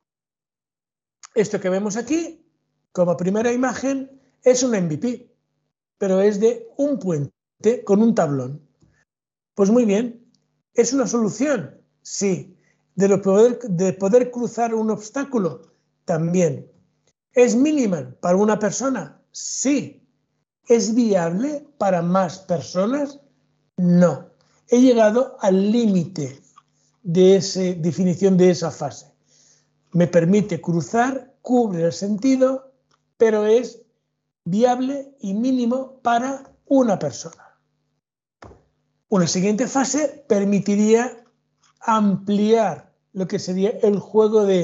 Esto que vemos aquí, como primera imagen, es un M V P, pero es de un puente con un tablón. Pues muy bien, ¿es una solución? Sí. ¿De, lo poder, de poder cruzar un obstáculo? También. ¿Es mínima para una persona? Sí. ¿Es viable para más personas? No. He llegado al límite de esa definición de esa fase. Me permite cruzar, cubre el sentido, pero es viable y mínimo para una persona. Una siguiente fase permitiría ampliar lo que sería el juego de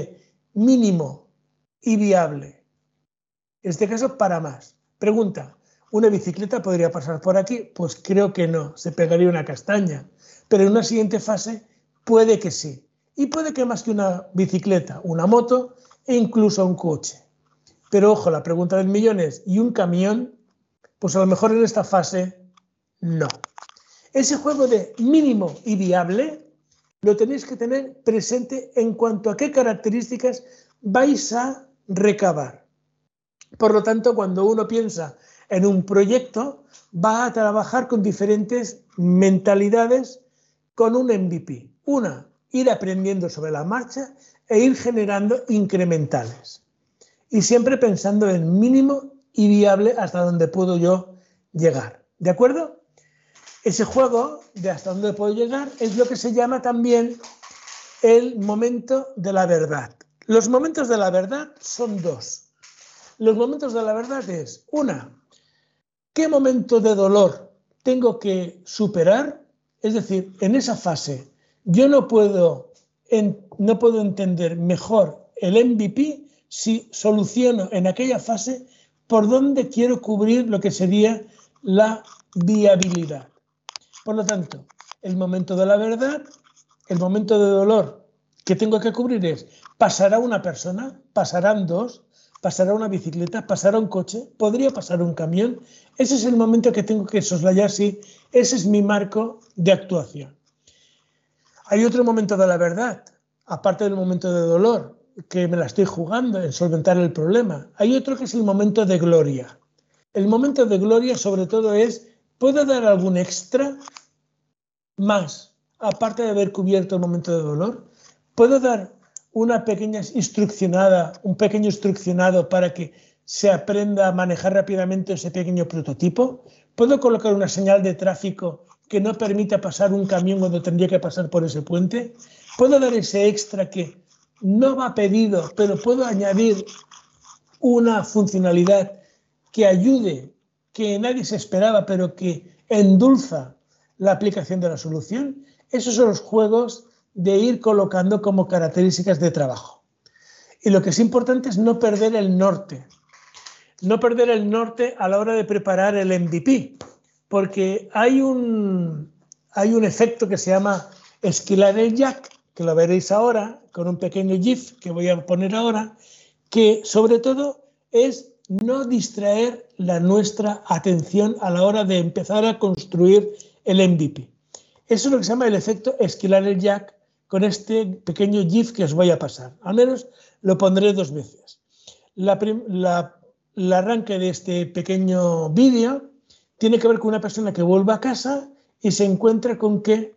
mínimo y viable. En este caso, para más. Pregunta, ¿una bicicleta podría pasar por aquí? Pues creo que no, se pegaría una castaña. Pero en una siguiente fase puede que sí. Y puede que más que una bicicleta, una moto e incluso un coche. Pero ojo, la pregunta del millón es, ¿y un camión? Pues a lo mejor en esta fase no. Ese juego de mínimo y viable lo tenéis que tener presente en cuanto a qué características vais a recabar. Por lo tanto, cuando uno piensa en un proyecto, va a trabajar con diferentes mentalidades con un M V P. Una, ir aprendiendo sobre la marcha e ir generando incrementales. Y siempre pensando en mínimo y viable hasta donde puedo yo llegar. ¿De acuerdo? Ese juego de hasta dónde puedo llegar es lo que se llama también el momento de la verdad. Los momentos de la verdad son dos. Los momentos de la verdad es, una, ¿qué momento de dolor tengo que superar? Es decir, en esa fase yo no puedo, en, no puedo entender mejor el M V P si soluciono en aquella fase por dónde quiero cubrir lo que sería la viabilidad. Por lo tanto, el momento de la verdad, el momento de dolor que tengo que cubrir es, ¿pasará una persona? ¿Pasarán dos? ¿Pasará una bicicleta? ¿Pasará un coche? ¿Podría pasar un camión? Ese es el momento que tengo que soslayar, sí, ese es mi marco de actuación. Hay otro momento de la verdad, aparte del momento de dolor, que me la estoy jugando en solventar el problema. Hay otro que es el momento de gloria. El momento de gloria sobre todo es, ¿puedo dar algún extra más, aparte de haber cubierto el momento de dolor? ¿Puedo dar una pequeña instruccionada, un pequeño instruccionado para que se aprenda a manejar rápidamente ese pequeño prototipo? ¿Puedo colocar una señal de tráfico que no permita pasar un camión cuando tendría que pasar por ese puente? ¿Puedo dar ese extra que no va pedido, pero puedo añadir una funcionalidad que ayude, que nadie se esperaba, pero que endulza la aplicación de la solución? Esos son los juegos de ir colocando como características de trabajo. Y lo que es importante es no perder el norte. No perder el norte a la hora de preparar el M V P, porque hay un, hay un efecto que se llama esquilar el jack, que lo veréis ahora, con un pequeño GIF que voy a poner ahora, que sobre todo es no distraer la nuestra atención a la hora de empezar a construir el M V P. Eso es lo que se llama el efecto esquilar el jack con este pequeño GIF que os voy a pasar. Al menos lo pondré dos veces. La, la, el arranque de este pequeño vídeo tiene que ver con una persona que vuelve a casa y se encuentra con que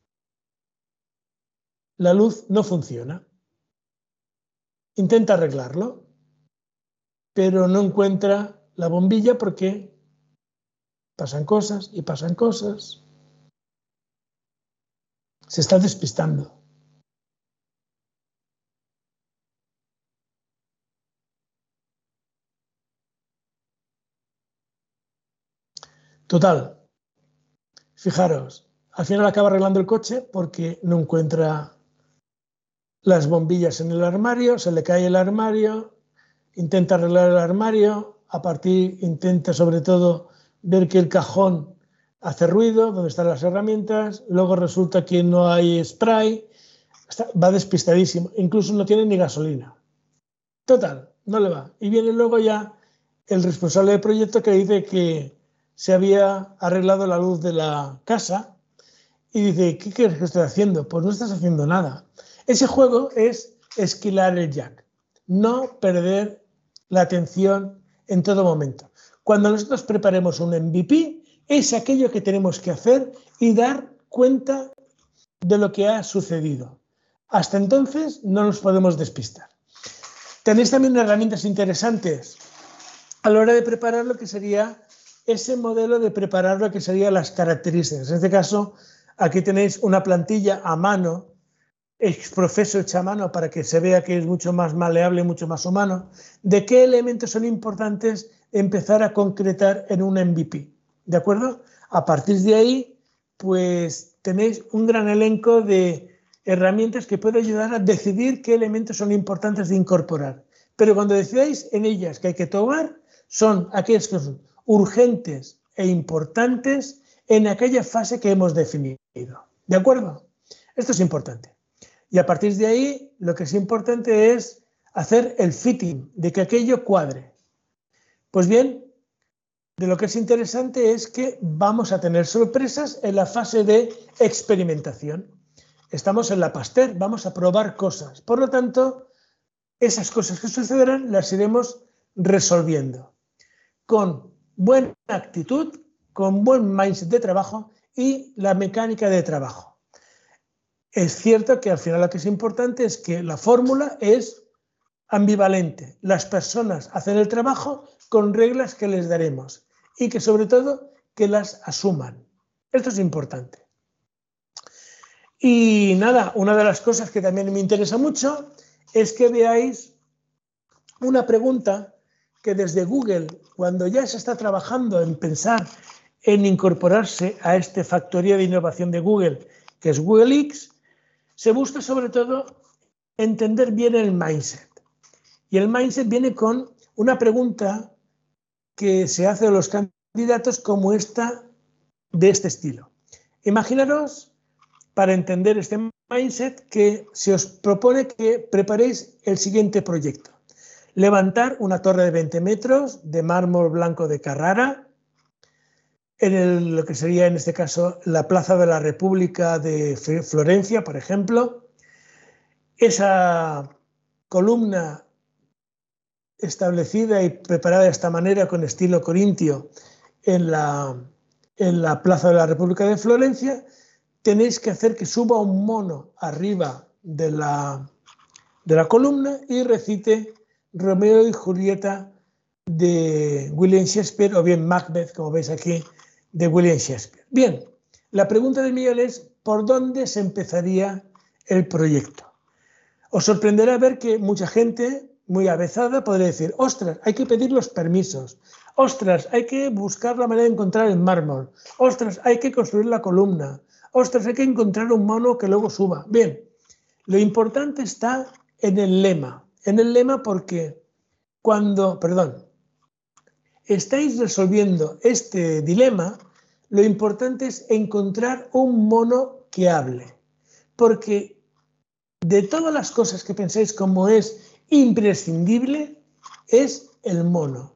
la luz no funciona. Intenta arreglarlo, pero no encuentra la bombilla porque pasan cosas y pasan cosas. Se está despistando. Total, fijaros, al final acaba arreglando el coche porque no encuentra las bombillas en el armario, se le cae el armario, intenta arreglar el armario, a partir intenta sobre todo ver que el cajón hace ruido, donde están las herramientas, luego resulta que no hay spray, está, va despistadísimo, incluso no tiene ni gasolina. Total, no le va. Y viene luego ya el responsable del proyecto que dice que se había arreglado la luz de la casa y dice, ¿qué crees que estoy haciendo? Pues no estás haciendo nada. Ese juego es esquilar el jack, no perder la atención en todo momento. Cuando nosotros preparemos un M V P, es aquello que tenemos que hacer y dar cuenta de lo que ha sucedido. Hasta entonces no nos podemos despistar. Tenéis también herramientas interesantes a la hora de preparar lo que sería ese modelo de preparar lo que serían las características. En este caso, aquí tenéis una plantilla a mano, exprofeso hecha a mano para que se vea que es mucho más maleable, mucho más humano, de qué elementos son importantes empezar a concretar en un M V P. ¿De acuerdo? A partir de ahí, pues tenéis un gran elenco de herramientas que pueden ayudar a decidir qué elementos son importantes de incorporar. Pero cuando decidáis en ellas que hay que tomar, son aquellas que son urgentes e importantes en aquella fase que hemos definido. ¿De acuerdo? Esto es importante. Y a partir de ahí, lo que es importante es hacer el fitting, de que aquello cuadre. Pues bien, de lo que es interesante es que vamos a tener sorpresas en la fase de experimentación. Estamos en la Pasteur, vamos a probar cosas. Por lo tanto, esas cosas que sucederán las iremos resolviendo con buena actitud, con buen mindset de trabajo y la mecánica de trabajo. Es cierto que al final lo que es importante es que la fórmula es ambivalente. Las personas hacen el trabajo con reglas que les daremos y que sobre todo que las asuman. Esto es importante. Y nada, una de las cosas que también me interesa mucho es que veáis una pregunta que desde Google, cuando ya se está trabajando en pensar en incorporarse a este factoría de innovación de Google, que es Google X, se busca sobre todo entender bien el mindset. Y el mindset viene con una pregunta que se hace a los candidatos como esta, de este estilo. Imaginaros, para entender este mindset, que se os propone que preparéis el siguiente proyecto. Levantar una torre de veinte metros de mármol blanco de Carrara, en el, lo que sería en este caso la Plaza de la República de Florencia, por ejemplo. Esa columna establecida y preparada de esta manera con estilo corintio en la, en la Plaza de la República de Florencia, tenéis que hacer que suba un mono arriba de la, de la columna y recite Romeo y Julieta de William Shakespeare, o bien Macbeth, como veis aquí, de William Shakespeare. Bien, la pregunta de Miguel es, ¿por dónde se empezaría el proyecto? Os sorprenderá ver que mucha gente muy avezada podría decir, ostras, hay que pedir los permisos, ostras, hay que buscar la manera de encontrar el mármol, ostras, hay que construir la columna, ostras, hay que encontrar un mono que luego suba. Bien, lo importante está en el lema, en el lema porque cuando, perdón, estáis resolviendo este dilema, lo importante es encontrar un mono que hable, porque de todas las cosas que pensáis como es imprescindible, es el mono.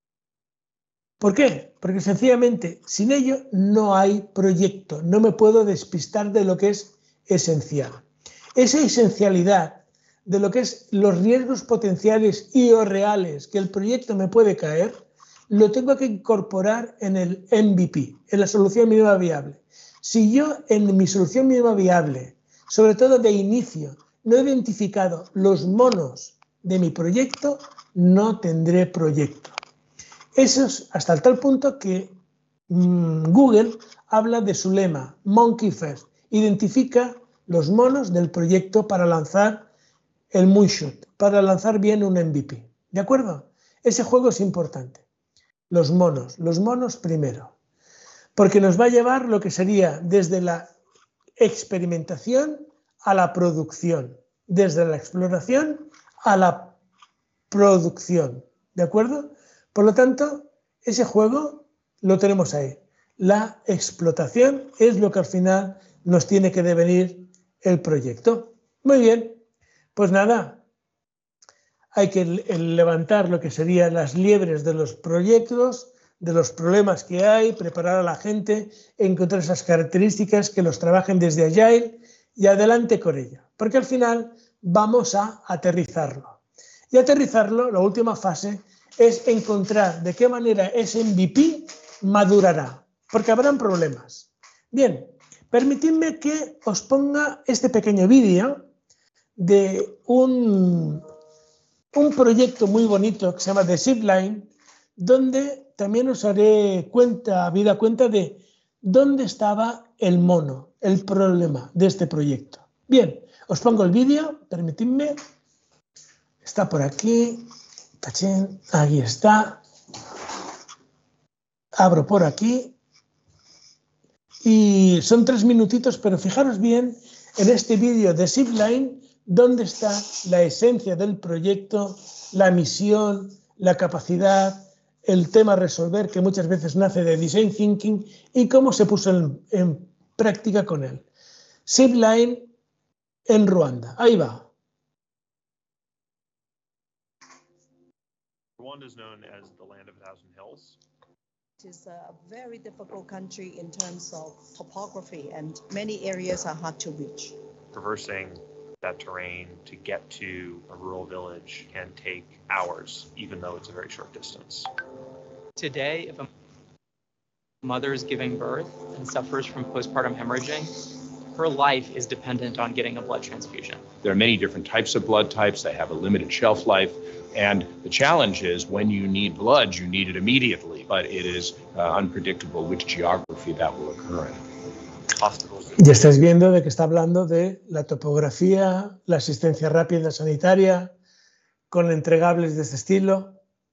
¿Por qué? Porque sencillamente sin ello no hay proyecto, no me puedo despistar de lo que es esencial. Esa esencialidad de lo que es los riesgos potenciales y o reales que el proyecto me puede caer, lo tengo que incorporar en el M V P, en la solución mínima viable. Si yo en mi solución mínima viable, sobre todo de inicio, no he identificado los monos de mi proyecto, no tendré proyecto. Eso es hasta el tal punto que mmm, Google habla de su lema, Monkey First, identifica los monos del proyecto para lanzar el moonshot, para lanzar bien un M V P. ¿De acuerdo? Ese juego es importante. Los monos, los monos primero. Porque nos va a llevar lo que sería desde la experimentación a la producción, desde la exploración a la producción. ¿De acuerdo? Por lo tanto, ese juego lo tenemos ahí. La explotación es lo que al final nos tiene que devenir el proyecto. Muy bien, pues nada, hay que levantar lo que serían las liebres de los proyectos, de los problemas que hay, preparar a la gente, encontrar esas características que los trabajen desde Agile y adelante con ello. Porque al final vamos a aterrizarlo. Y aterrizarlo, la última fase, es encontrar de qué manera ese M V P madurará, porque habrán problemas. Bien, permitidme que os ponga este pequeño vídeo de un, un proyecto muy bonito que se llama The Zipline, donde también os haré cuenta, habida cuenta de dónde estaba el mono, el problema de este proyecto. Bien, os pongo el vídeo, permitidme. Está por aquí. Cachín, ahí está. Abro por aquí. Y son tres minutitos, pero fijaros bien en este vídeo de Zipline dónde está la esencia del proyecto, la misión, la capacidad, el tema a resolver, que muchas veces nace de Design Thinking, y cómo se puso en, en práctica con él. Zipline en Ruanda. Ahí va. Rwanda is known as the land of a thousand hills. It is a very difficult country in terms of topography, and many areas are hard to reach. Traversing that terrain to get to a rural village can take hours, even though it's a very short distance. Today, if a mother is giving birth and suffers from postpartum hemorrhaging, her life is dependent on getting a blood transfusion. There are many different types of blood types. They have a limited shelf life. And the challenge is when you need blood, you need it immediately, but it is uh, unpredictable which geography that will occur in. Hospitals. Ya estáis viendo de que está hablando de la topografía, la asistencia rápida sanitaria, con entregables de este estilo.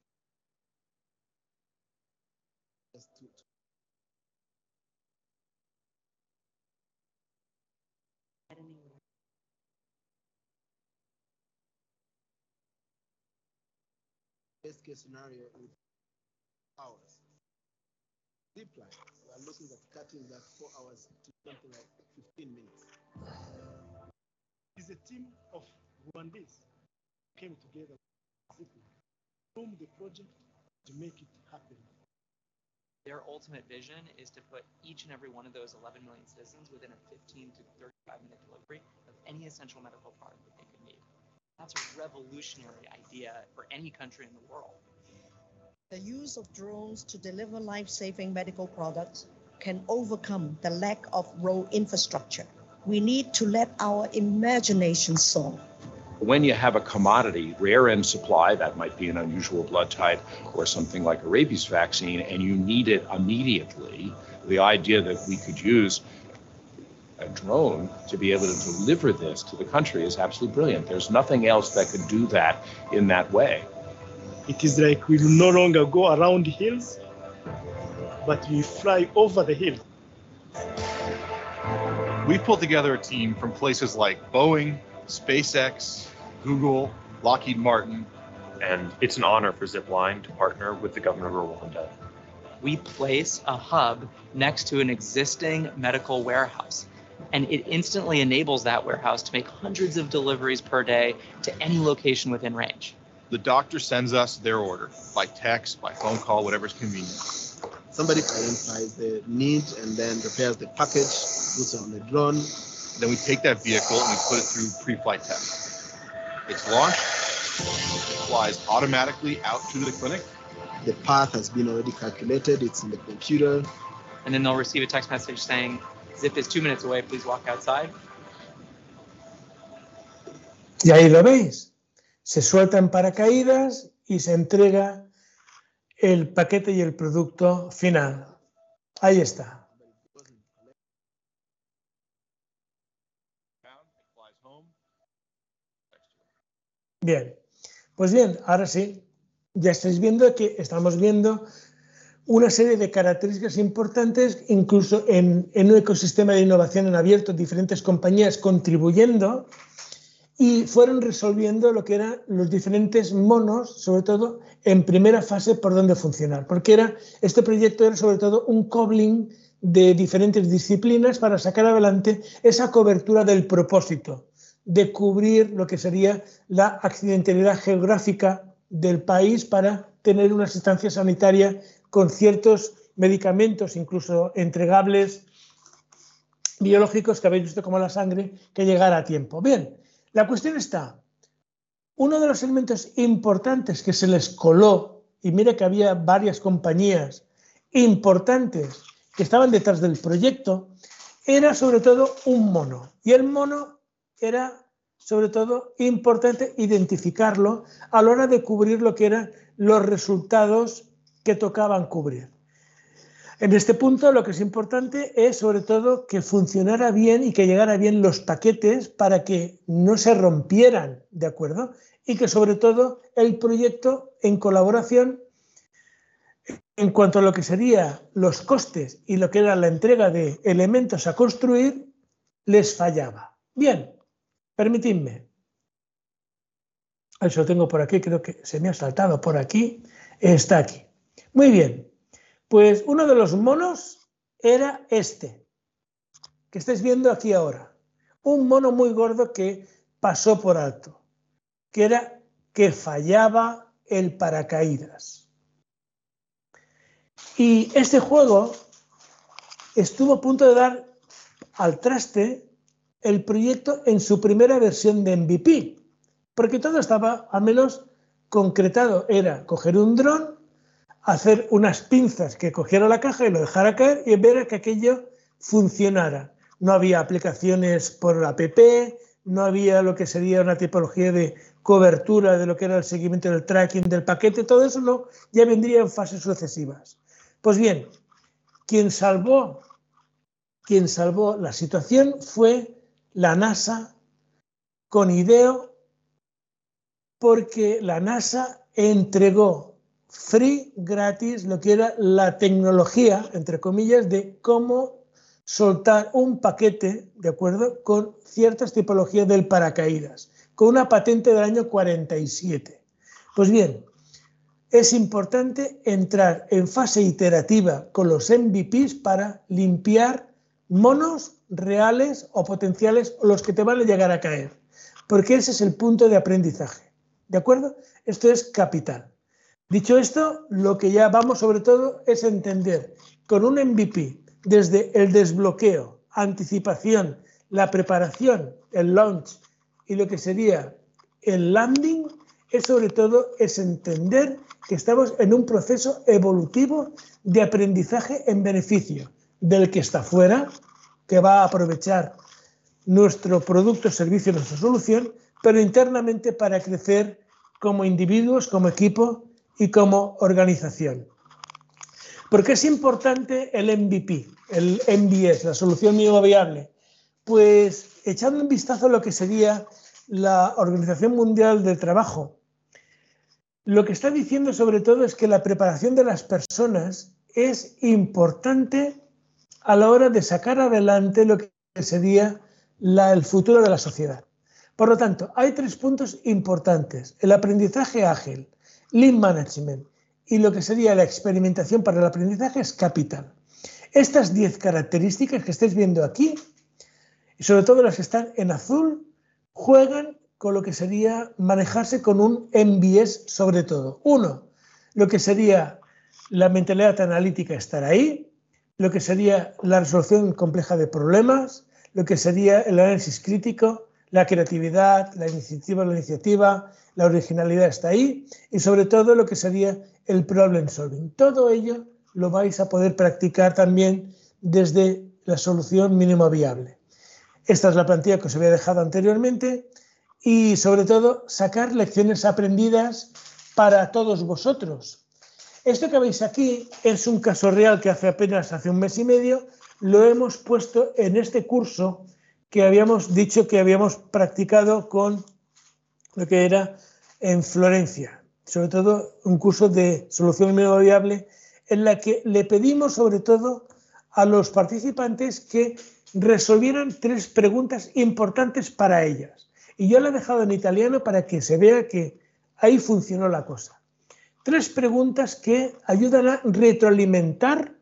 Best case scenario with hours. Zipline, we are looking at cutting that four hours to something like fifteen minutes. It's a team of Rwandese came together from the project to make it happen. Their ultimate vision is to put each and every one of those eleven million citizens within a fifteen to thirty-five minute delivery of any essential medical product that they could need. That's a revolutionary idea for any country in the world. The use of drones to deliver life-saving medical products can overcome the lack of road infrastructure. We need to let our imagination soar. When you have a commodity, rare in supply, that might be an unusual blood type or something like a rabies vaccine, and you need it immediately, the idea that we could use a drone to be able to deliver this to the country is absolutely brilliant. There's nothing else that could do that in that way. It is like we will no longer go around hills, but we fly over the hill. We pulled together a team from places like Boeing, SpaceX, Google, Lockheed Martin. And it's an honor for Zipline to partner with the government of Rwanda. We place a hub next to an existing medical warehouse, and it instantly enables that warehouse to make hundreds of deliveries per day to any location within range. The doctor sends us their order by text, by phone call, whatever's convenient. Somebody identifies the need and then prepares the package, puts it on the drone. Then we take that vehicle and we put it through pre-flight tests. It's launched, it flies automatically out to the clinic. The path has been already calculated, it's in the computer. And then they'll receive a text message saying, Zip is two minutes away, please walk outside. Y ahí lo veis. Se suelta en paracaídas y se entrega el paquete y el producto final. Ahí está. Bien, pues bien, ahora sí, ya estáis viendo que estamos viendo una serie de características importantes, incluso en, en un ecosistema de innovación en abierto, diferentes compañías contribuyendo y fueron resolviendo lo que eran los diferentes monos, sobre todo en primera fase, por dónde funcionar. Porque era, este proyecto era sobre todo un cobbling de diferentes disciplinas para sacar adelante esa cobertura del propósito, de cubrir lo que sería la accidentalidad geográfica del país para tener una asistencia sanitaria con ciertos medicamentos, incluso entregables biológicos que habéis visto como la sangre, que llegara a tiempo. Bien, la cuestión está, uno de los elementos importantes que se les coló, y mira que había varias compañías importantes que estaban detrás del proyecto, era sobre todo un mono. Y el mono era sobre todo importante identificarlo a la hora de cubrir lo que eran los resultados que tocaban cubrir. En este punto lo que es importante es sobre todo que funcionara bien y que llegara bien los paquetes para que no se rompieran, ¿de acuerdo? Y que sobre todo el proyecto en colaboración en cuanto a lo que serían los costes y lo que era la entrega de elementos a construir les fallaba. Bien, permitidme. Eso lo tengo por aquí, creo que se me ha saltado por aquí. Está aquí. Muy bien. Pues uno de los monos era este, que estáis viendo aquí ahora. Un mono muy gordo que pasó por alto, que era que fallaba el paracaídas. Y este juego estuvo a punto de dar al traste el proyecto en su primera versión de M V P, porque todo estaba al menos concretado. Era coger un dron, hacer unas pinzas que cogiera la caja y lo dejara caer y ver que aquello funcionara. No había aplicaciones por app, no había lo que sería una tipología de cobertura de lo que era el seguimiento del tracking del paquete, todo eso no, ya vendría en fases sucesivas. Pues bien, quien salvó, quien salvó la situación fue la NASA con IDEO, porque la NASA entregó free, gratis, lo que era la tecnología, entre comillas, de cómo soltar un paquete, ¿de acuerdo?, con ciertas tipologías del paracaídas, con una patente del año cuarenta y siete. Pues bien, es importante entrar en fase iterativa con los M V Ps para limpiar monos reales o potenciales o los que te van a llegar a caer, porque ese es el punto de aprendizaje, ¿de acuerdo? Esto es capital. Dicho esto, lo que ya vamos sobre todo es entender con un M V P desde el desbloqueo, anticipación, la preparación, el launch y lo que sería el landing, es sobre todo es entender que estamos en un proceso evolutivo de aprendizaje en beneficio del que está fuera, que va a aprovechar nuestro producto, servicio, nuestra solución, pero internamente para crecer como individuos, como equipo y como organización. ¿Por qué es importante el M V P, el M V S, la solución mínima viable? Pues echando un vistazo a lo que sería la Organización Mundial del Trabajo, lo que está diciendo sobre todo es que la preparación de las personas es importante a la hora de sacar adelante lo que sería la, el futuro de la sociedad. Por lo tanto, hay tres puntos importantes: el aprendizaje ágil, Lean Management y lo que sería la experimentación para el aprendizaje es capital. Estas diez características que estáis viendo aquí, y sobre todo las que están en azul, juegan con lo que sería manejarse con un M V S sobre todo. Uno, lo que sería la mentalidad analítica, estar ahí, lo que sería la resolución compleja de problemas, lo que sería el análisis crítico, la creatividad, la iniciativa, la iniciativa, la originalidad está ahí, y sobre todo lo que sería el problem solving. Todo ello lo vais a poder practicar también desde la solución mínima viable. Esta es la plantilla que os había dejado anteriormente y sobre todo sacar lecciones aprendidas para todos vosotros. Esto que veis aquí es un caso real que hace apenas hace un mes y medio lo hemos puesto en este curso que habíamos dicho que habíamos practicado con lo que era en Florencia, sobre todo un curso de solución mínima viable en la que le pedimos sobre todo a los participantes que resolvieran tres preguntas importantes para ellas. Y yo la he dejado en italiano para que se vea que ahí funcionó la cosa. Tres preguntas que ayudan a retroalimentar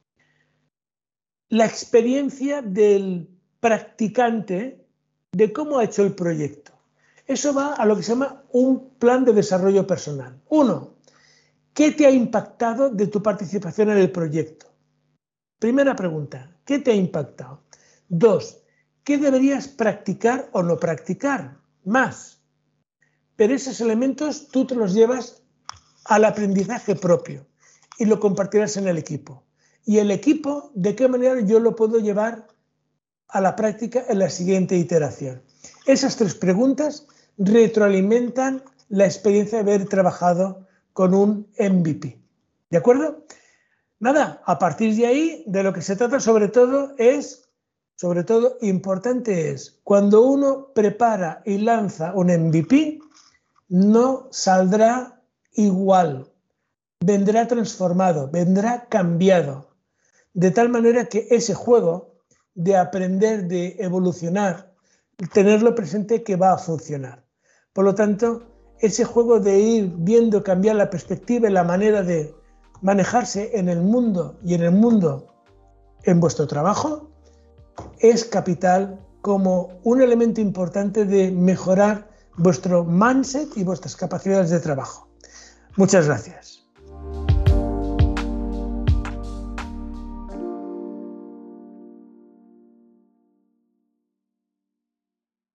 la experiencia del practicante de cómo ha hecho el proyecto. Eso va a lo que se llama un plan de desarrollo personal. Uno, ¿qué te ha impactado de tu participación en el proyecto? Primera pregunta, ¿qué te ha impactado? Dos, ¿qué deberías practicar o no practicar más? Pero esos elementos tú te los llevas al aprendizaje propio y lo compartirás en el equipo. Y el equipo, ¿de qué manera yo lo puedo llevar a la práctica en la siguiente iteración? Esas tres preguntas retroalimentan la experiencia de haber trabajado con un M V P. ¿De acuerdo? Nada, a partir de ahí, de lo que se trata sobre todo es, sobre todo importante es, cuando uno prepara y lanza un M V P, no saldrá igual, vendrá transformado, vendrá cambiado, de tal manera que ese juego de aprender, de evolucionar, tenerlo presente que va a funcionar. Por lo tanto, ese juego de ir viendo cambiar la perspectiva y la manera de manejarse en el mundo y en el mundo en vuestro trabajo es capital como un elemento importante de mejorar vuestro mindset y vuestras capacidades de trabajo. Muchas gracias.